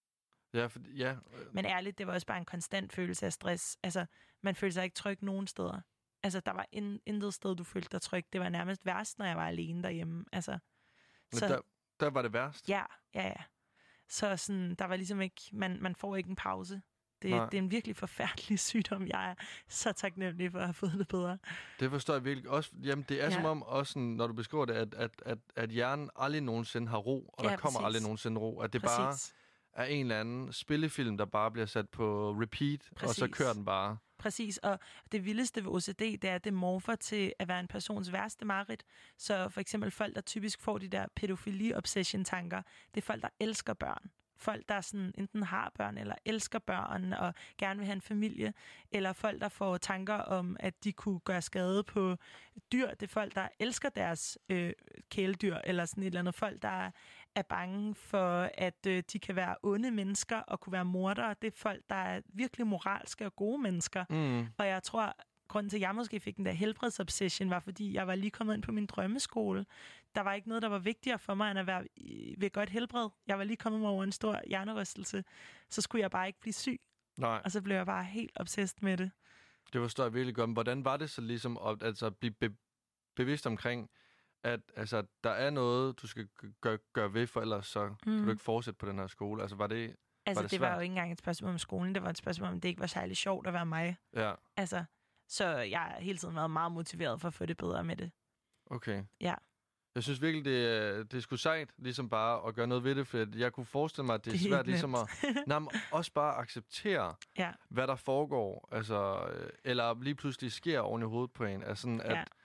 Ja.
Men ærligt, det var også bare en konstant følelse af stress. Altså, man følte sig ikke tryg nogen steder. Altså, der var intet sted, du følte dig tryg. Det var nærmest værst, når jeg var alene derhjemme. Altså,
så der var det værst?
Ja. Så sådan, der var ligesom ikke... Man får ikke en pause. Det er en virkelig forfærdelig sygdom. Jeg er så taknemmelig for at have fået det bedre.
Det forstår jeg virkelig også. Jamen, det er som om, også når du beskriver det, at hjernen aldrig nogensinde har ro, og der kommer aldrig nogensinde ro. At det bare er en eller anden spillefilm, der bare bliver sat på repeat, og så kører den bare.
Præcis, og det vildeste ved OCD, det er, at det morfer til at være en persons værste mareridt. Så for eksempel folk, der typisk får de der pædofili-obsession-tanker, det er folk, der elsker børn. Folk, der sådan enten har børn eller elsker børn og gerne vil have en familie, eller folk, der får tanker om, at de kunne gøre skade på dyr. Det er folk, der elsker deres kæledyr, eller sådan et eller andet. Folk, der er bange for, at de kan være onde mennesker og kunne være mordere. Det er folk, der er virkelig moralske og gode mennesker. Og jeg tror, grunden til, at jeg måske fik den der helbredsobsession, var, fordi jeg var lige kommet ind på min drømmeskole. Der var ikke noget, der var vigtigere for mig, end at være ved godt helbred. Jeg var lige kommet mig over en stor hjernerystelse. Så skulle jeg bare ikke blive syg.
Nej.
Og så blev jeg bare helt obsessed med det.
Det forstår jeg virkelig godt. Men hvordan var det så ligesom at blive bevidst omkring, at altså, der er noget, du skal gøre ved, for ellers så kan du ikke fortsætte på den her skole? Altså, var det
det var jo ikke engang et spørgsmål om skolen. Det var et spørgsmål om, det ikke var særlig sjovt at være mig.
Ja.
Altså, så jeg har hele tiden været meget motiveret for at få det bedre med det.
Okay.
Ja.
Jeg synes virkelig, det er sgu sejt, ligesom bare at gøre noget ved det, for jeg kunne forestille mig, at det er svært ligesom at også bare acceptere, hvad der foregår, altså, eller lige pludselig sker oven i hovedet på en. Altså,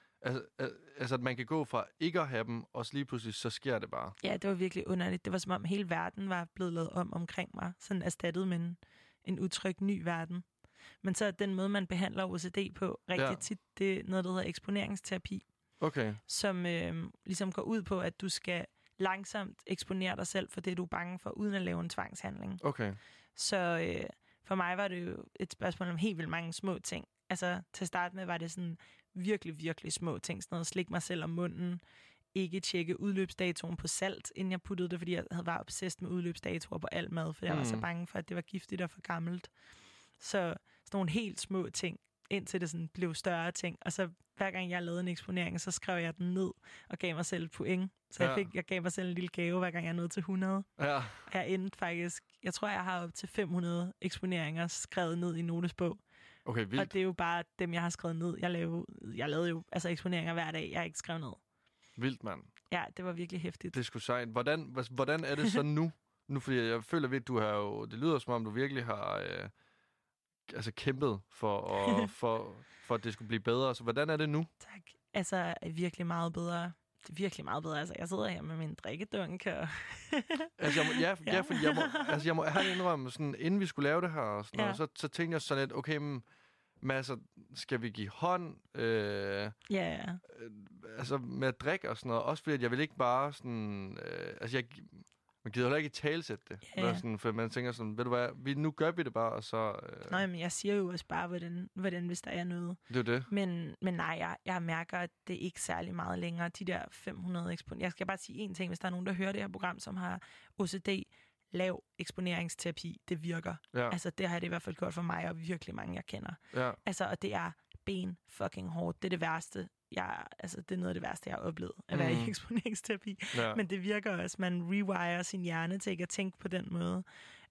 at man kan gå fra ikke at have dem, og så lige pludselig, så sker det bare.
Ja, det var virkelig underligt. Det var som om hele verden var blevet lavet omkring mig, sådan erstattet med en utryg ny verden. Men så den måde, man behandler OCD på rigtig tit, det er noget, der hedder eksponeringsterapi.
Okay.
Som ligesom går ud på, at du skal langsomt eksponere dig selv for det, du er bange for, uden at lave en tvangshandling.
Okay.
Så for mig var det jo et spørgsmål om helt vildt mange små ting. Altså til at starte med var det sådan virkelig, virkelig små ting. Sådan noget slik mig selv om munden. Ikke tjekke udløbsdatoen på salt, inden jeg puttede det, fordi jeg havde været obsessed med udløbsdatoer på alt mad, for jeg var så bange for, at det var giftigt og for gammelt. Så sådan nogle helt små ting, indtil det sådan blev større ting. Og så hver gang jeg lavede en eksponering, så skrev jeg den ned og gav mig selv et point. Så jeg gav mig selv en lille gave, hver gang jeg nåede til 100. Ja. Jeg endte faktisk, jeg tror, jeg har op til 500 eksponeringer skrevet ned i notesbog.
Okay, vildt.
Og det er jo bare dem, jeg har skrevet ned. Jeg lavede jo altså eksponeringer hver dag, jeg har ikke skrevet ned.
Vildt, mand.
Ja, det var virkelig hæftigt.
Det er sgu sejt. Hvordan er det så nu? Nu, fordi jeg føler virkelig, du har jo... Det lyder som om, du virkelig har kæmpet for at det skulle blive bedre. Så hvordan er det nu?
Tak. Altså, virkelig meget bedre. Det er virkelig meget bedre. Altså, jeg sidder her med min drikkedunk og...
jeg må have indrømme, sådan, inden vi skulle lave det her, og sådan noget, så tænkte jeg sådan lidt, okay, masser, skal vi give hånd? Altså, med at drikke og sådan noget. Også fordi, at jeg vil ikke bare sådan... man gider heller ikke talsætte det. Sådan, for man tænker sådan, ved du hvad, nu gør vi det bare, og så...
Nej, men jeg siger jo også bare, hvordan hvis der er noget.
Det er det.
Men nej, jeg mærker, at det ikke er særlig meget længere. De der 500 eksponeringer. Jeg skal bare sige en ting, hvis der er nogen, der hører det her program, som har OCD, lav eksponeringsterapi, det virker. Ja. Altså, det har det i hvert fald gjort for mig, og virkelig mange, jeg kender. Ja. Altså, og det er fucking hårdt. Det er det værste. Det er noget af det værste, jeg har oplevet, at være i eksponeringsterapi. Ja. Men det virker også, man rewire sin hjerne til ikke at tænke på den måde.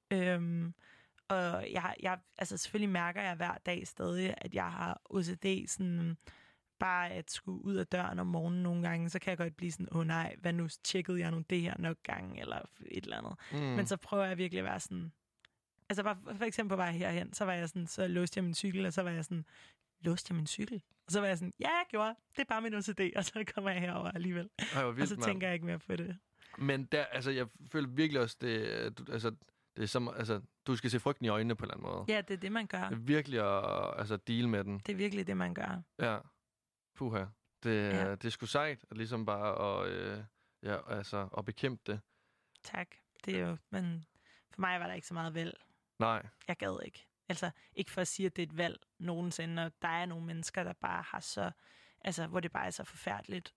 Og jeg selvfølgelig mærker jeg hver dag stadig, at jeg har OCD, sådan bare at skulle ud af døren om morgenen nogle gange, så kan jeg godt blive sådan, nej, hvad nu, tjekkede jeg nu det her nok gange, eller et eller andet. Men så prøver jeg virkelig at være sådan, altså bare for eksempel på vej herhen, så var jeg sådan, så låste jeg min cykel, og så var jeg sådan, låste jeg min cykel? Og så var jeg sådan, ja, jeg gjorde. Det er bare min OCD, og så kommer jeg herover alligevel. Vildt, og så tænker jeg ikke mere på det.
Men der, altså, jeg føler virkelig også, det er som, altså, du skal se frygten i øjnene på en eller anden måde.
Ja, det er det, man gør.
Det er virkelig at deal med den.
Det er virkelig det, man gør.
Ja. Puha. Det er sgu sejt, at ligesom bare at bekæmpe det.
Tak. Det er jo, men for mig var der ikke så meget valg.
Nej.
Jeg gad ikke. Altså, ikke for at sige, at det er et valg nogensinde, og der er nogle mennesker, der bare har så, altså, hvor det bare er så forfærdeligt,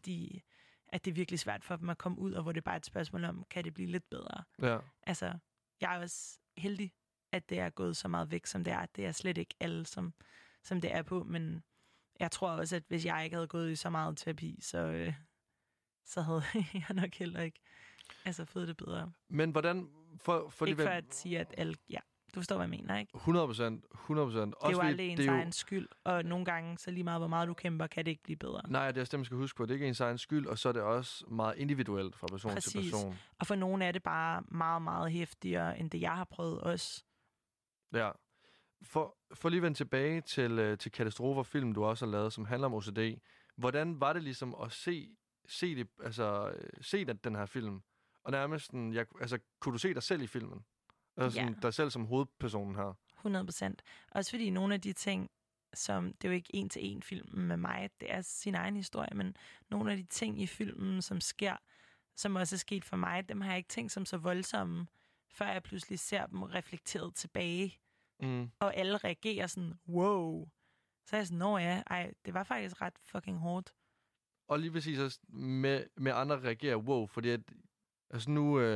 at det er virkelig svært for dem at komme ud, og hvor det bare er et spørgsmål om, kan det blive lidt bedre?
Ja.
Altså, jeg er også heldig, at det er gået så meget væk, som det er. Det er slet ikke alle, som det er på, men jeg tror også, at hvis jeg ikke havde gået i så meget terapi, så havde jeg nok heller ikke fået det bedre.
Men hvordan...
Ikke for at sige, at alle... Ja, du forstår, hvad jeg mener, ikke?
100%. 100%.
Det er jo aldrig ens egen skyld, og nogle gange, så lige meget, hvor meget du kæmper, kan det ikke blive bedre.
Nej, det er det, man skal huske på. Det er ikke ens egen skyld, og så er det også meget individuelt fra person til person.
Og for nogle er det bare meget, meget hæftigere, end det, jeg har prøvet også.
Ja. For lige at vende tilbage til Katastrofer-film, du også har lavet, som handler om OCD. Hvordan var det ligesom at se den her film? Og nærmest sådan, kunne du se dig selv i filmen? Altså sådan, dig selv som hovedpersonen her?
100%. Også fordi nogle af de ting, som, det er jo ikke en til en film med mig, det er sin egen historie, men nogle af de ting i filmen, som sker, som også er sket for mig, dem har jeg ikke tænkt som så voldsomme, før jeg pludselig ser dem reflekteret tilbage. Og alle reagerer sådan, wow. Så er jeg sådan, det var faktisk ret fucking hårdt. Og
lige præcis også med andre reagerer, wow, fordi at, altså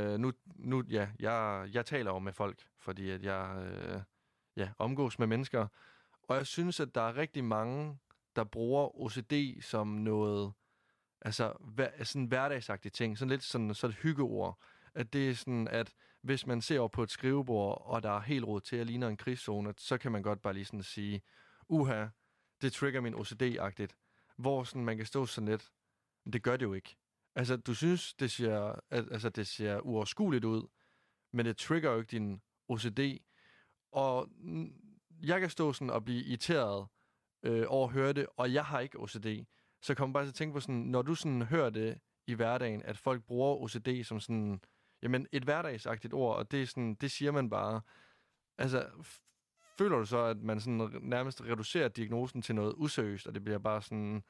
jeg taler jo med folk, fordi at jeg omgås med mennesker, og jeg synes, at der er rigtig mange, der bruger OCD som noget, sådan hverdagsagtige ting, sådan lidt sådan et hyggeord, at det er sådan, at hvis man ser over på et skrivebord, og der er helt råd til at ligne en krigszone, så kan man godt bare lige sådan sige, det trigger min OCD-agtigt. Hvor sådan, man kan stå sådan lidt, men det gør det jo ikke. Altså, du synes, det ser uoverskueligt ud, men det trigger jo ikke din OCD. Og jeg kan stå sådan og blive irriteret over at høre det, og jeg har ikke OCD. Så kommer bare til at tænke på sådan, når du sådan hører det i hverdagen, at folk bruger OCD som sådan, jamen et hverdagsagtigt ord, og det er sådan, det siger man bare. Altså, føler du så, at man sådan nærmest reducerer diagnosen til noget useriøst, og det bliver bare sådan,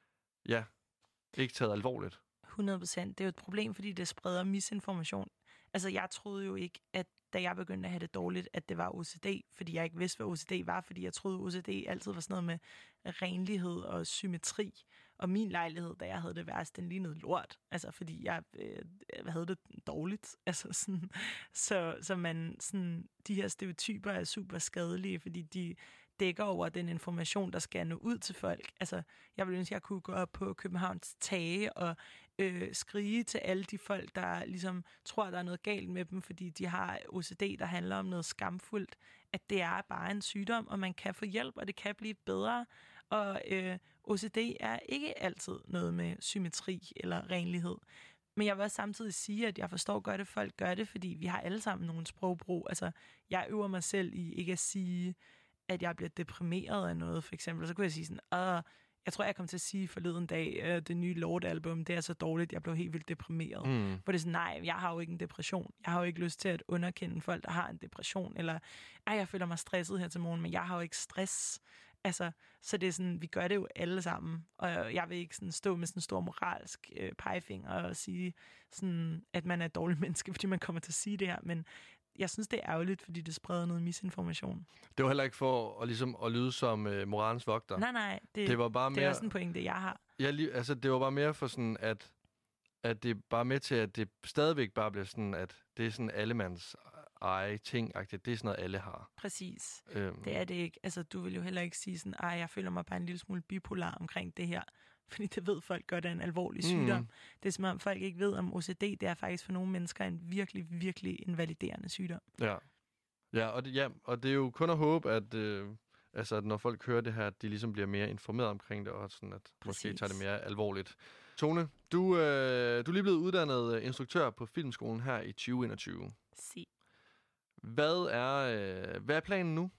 ikke taget alvorligt?
100%. Det er jo et problem, fordi det spreder misinformation. Altså, jeg troede jo ikke, at da jeg begyndte at have det dårligt, at det var OCD, fordi jeg ikke vidste, hvad OCD var, fordi jeg troede, OCD altid var sådan noget med renlighed og symmetri. Og min lejlighed, da jeg havde det værst, den lignede lort. Altså, fordi jeg havde det dårligt. Altså, sådan, så man, sådan, de her stereotyper er super skadelige, fordi de dækker over den information, der skal nå ud til folk. Altså, jeg ville ønske, at jeg kunne gå op på Københavns tage og skrige til alle de folk, der ligesom tror, der er noget galt med dem, fordi de har OCD, der handler om noget skamfuldt. At det er bare en sygdom, og man kan få hjælp, og det kan blive bedre. Og OCD er ikke altid noget med symmetri eller renlighed. Men jeg vil også samtidig sige, at jeg forstår godt, at folk gør det, fordi vi har alle sammen nogle sprogbrug. Altså, jeg øver mig selv i ikke at sige, at jeg bliver deprimeret af noget, for eksempel. Så kunne jeg sige sådan, jeg tror, jeg kom til at sige forleden dag, det nye Lord-album, det er så dårligt, jeg blev helt vildt deprimeret. Hvor det er sådan, nej, jeg har jo ikke en depression. Jeg har jo ikke lyst til at underkende folk, der har en depression. Eller, jeg føler mig stresset her til morgen, men jeg har jo ikke stress. Altså, så det er sådan, vi gør det jo alle sammen. Og jeg vil ikke sådan stå med sådan en stor moralsk pegefinger og sige, sådan, at man er et dårligt menneske, fordi man kommer til at sige det her. Men jeg synes, det er ærgerligt, fordi det spreder noget misinformation.
Det var heller ikke for at lyde som moralens vogter.
Nej.
Det var bare mere,
det er også en pointe, jeg har.
Ja, det var bare mere for sådan, at det er bare med til, at det stadigvæk bare bliver sådan, at det er sådan allemands ej ting-agtigt. Det er sådan noget, alle har.
Præcis. Det er det ikke. Altså, du vil jo heller ikke sige sådan, jeg føler mig bare en lille smule bipolar omkring det her. Fordi det ved folk godt er en alvorlig sygdom. Det er som om folk ikke ved, om OCD, det er faktisk for nogle mennesker en virkelig, virkelig invaliderende sygdom.
Ja, og det er jo kun at håbe, at når folk hører det her, at de ligesom bliver mere informeret omkring det, og sådan, at måske tager det mere alvorligt. Tone, du er lige blevet uddannet instruktør på Filmskolen her i 2021. Hvad er planen nu?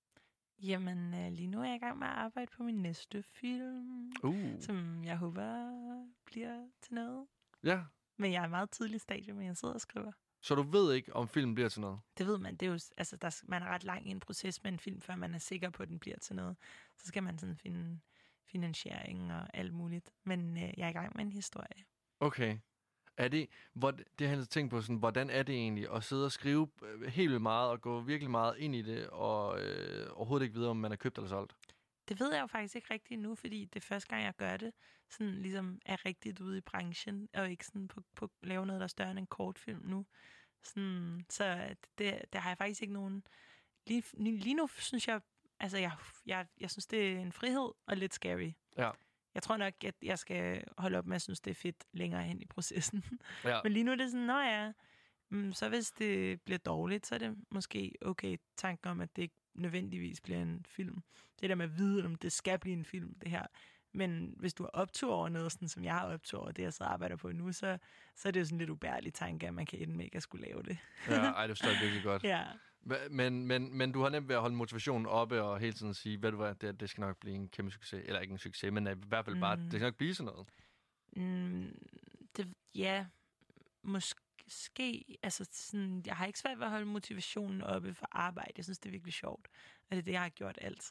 Jamen, lige nu er jeg i gang med at arbejde på min næste film, som jeg håber bliver til noget.
Ja.
Men jeg er i meget tidlig stadie, men jeg sidder og skriver.
Så du ved ikke, om filmen bliver til noget?
Det ved man. Det er jo, man er ret lang i en proces med en film, før man er sikker på, at den bliver til noget. Så skal man sådan finde finansiering og alt muligt. Men jeg er i gang med en historie.
Okay. Det har jeg tænkt på, sådan, hvordan er det egentlig at sidde og skrive helt vildt meget og gå virkelig meget ind i det, og overhovedet ikke vide, om man er købt eller solgt?
Det ved jeg jo faktisk ikke rigtigt nu, fordi det er første gang, jeg gør det, sådan ligesom er rigtigt ude i branchen, og ikke sådan på lave noget, der er større end en kortfilm nu. Sådan, så det har jeg faktisk ikke nogen... Lige nu synes jeg... Altså, jeg synes, det er en frihed og lidt scary.
Ja.
Jeg tror nok, at jeg skal holde op med at synes, det er fedt længere hen i processen.
Ja.
Men lige nu er det sådan, nå ja, så hvis det bliver dårligt, så er det måske okay tanken om, at det ikke nødvendigvis bliver en film. Det der med at vide, om det skal blive en film, det her. Men hvis du har optur over noget, sådan som jeg har optur over det, jeg så arbejder på nu, så er det jo sådan lidt ubærlig tanke, at man kan ende med ikke at skulle lave det.
Ja, ej, det forstår jeg virkelig godt.
Ja.
Men du har nemt ved at holde motivationen oppe og hele tiden sige, ved du hvad, det skal nok blive en kæmpe succes. Eller ikke en succes, men i hvert fald bare, det skal nok blive sådan noget.
Måske. Altså, sådan, jeg har ikke svært ved at holde motivationen oppe for arbejde. Jeg synes, det er virkelig sjovt. Og det er det, jeg har gjort altid.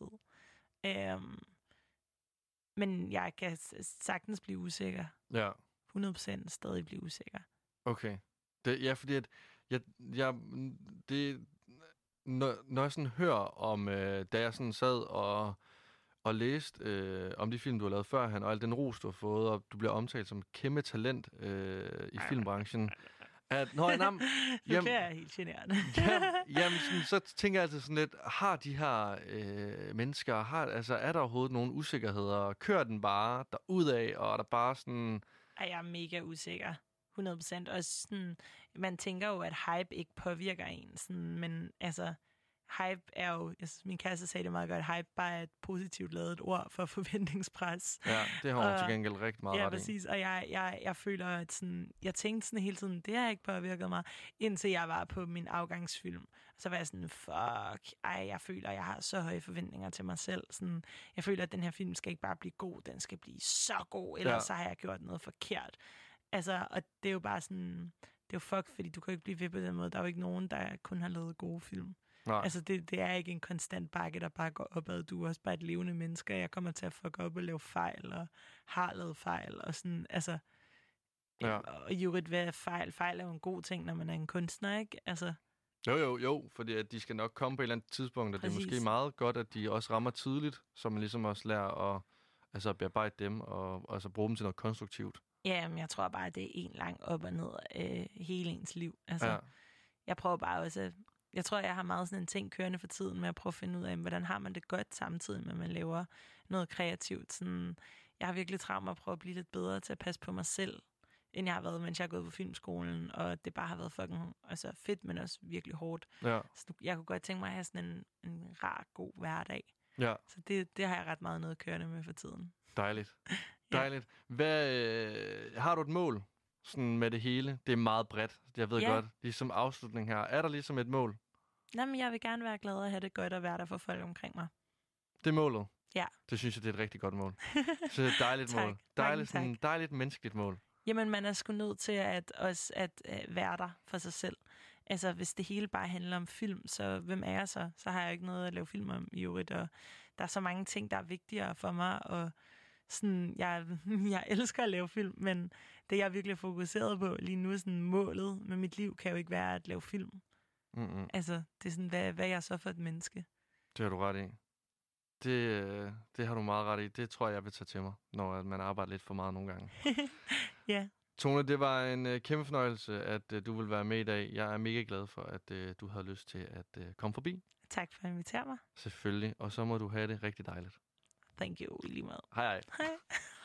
Men jeg kan sagtens blive usikker.
Ja.
100% stadig blive usikker.
Okay. Fordi at når jeg sådan hører om, da jeg sådan sad og læste om de film, du har lavet førhen, og al den ros, du har fået, og du bliver omtalt som kæmpe talent i filmbranchen. Nu
bliver jeg helt generende.
jamen så tænker jeg altid sådan lidt, har de her mennesker, er der overhovedet nogle usikkerheder? Kører den bare derudad, og er der bare sådan...
Jeg er mega usikker. 100%. Og sådan, man tænker jo, at hype ikke påvirker en. Sådan, men altså, hype er jo... min kæreste sagde det meget godt. Hype bare er et positivt lavet ord for forventningspres.
Ja, det har hun til gengæld rigtig meget ret i.
Ja, præcis. Og jeg føler, at sådan... Jeg tænkte sådan hele tiden, det har ikke påvirket mig, indtil jeg var på min afgangsfilm. Så var jeg sådan, jeg føler, at jeg har så høje forventninger til mig selv. Sådan, jeg føler, at den her film skal ikke bare blive god, den skal blive så god, ellers så har jeg gjort noget forkert. Altså, og det er jo bare sådan, det er jo fordi du kan ikke blive ved på den måde. Der er jo ikke nogen, der kun har lavet gode film. Nej. Altså, det er ikke en konstant bakke, der bare går opad. Du er også bare et levende menneske, og jeg kommer til at fuck op og lave fejl, og har lavet fejl, og sådan, altså... Ja. Og Jurit, hvad er fejl? Fejl er jo en god ting, når man er en kunstner, ikke? Altså...
Jo, fordi at de skal nok komme på et eller andet tidspunkt, og præcis. Det er måske meget godt, at de også rammer tidligt, så man ligesom også lærer at bearbejde dem, og altså bruge dem til noget konstruktivt.
Ja, men jeg tror bare, at det er en lang op og ned hele ens liv. Altså, jeg prøver bare også... Jeg tror, jeg har meget sådan en ting kørende for tiden med at prøve at finde ud af, hvordan har man det godt samtidig med, at man laver noget kreativt. Sådan, jeg har virkelig travlt med at prøve at blive lidt bedre til at passe på mig selv, end jeg har været, mens jeg er gået på filmskolen, og det bare har været fucking fedt, men også virkelig hårdt. Ja. Så jeg kunne godt tænke mig at have sådan en rar, god hverdag. Ja. Så det har jeg ret meget noget kørende med for tiden.
Dejligt. Dejligt. Har du et mål sådan med det hele? Det er meget bredt. Jeg ved godt, ligesom afslutning her. Er der ligesom et mål?
Men jeg vil gerne være glad og have det godt og være der for folk omkring mig.
Det er målet?
Ja.
Det synes jeg, det er et rigtig godt mål. Så det er et dejligt mål. Dejligt menneskeligt mål.
Jamen, man er sgu nødt til at være der for sig selv. Altså, hvis det hele bare handler om film, så hvem er jeg så? Så har jeg ikke noget at lave film om i øvrigt, og der er så mange ting, der er vigtigere for mig, og sådan, jeg elsker at lave film, men det, jeg er virkelig fokuseret på lige nu, sådan målet med mit liv, kan jo ikke være at lave film. Mm-hmm. Altså, det er sådan, hvad er jeg så for et menneske?
Det har du ret i. Det har du meget ret i. Det tror jeg vil tage til mig, når man arbejder lidt for meget nogle gange.
Ja.
Tone, det var en kæmpe fornøjelse, at du vil være med i dag. Jeg er mega glad for, at du havde lyst til at komme forbi.
Tak for at invitere mig.
Selvfølgelig. Og så må du have det rigtig dejligt.
Thank you, i lige måde.
Hej.
Hej.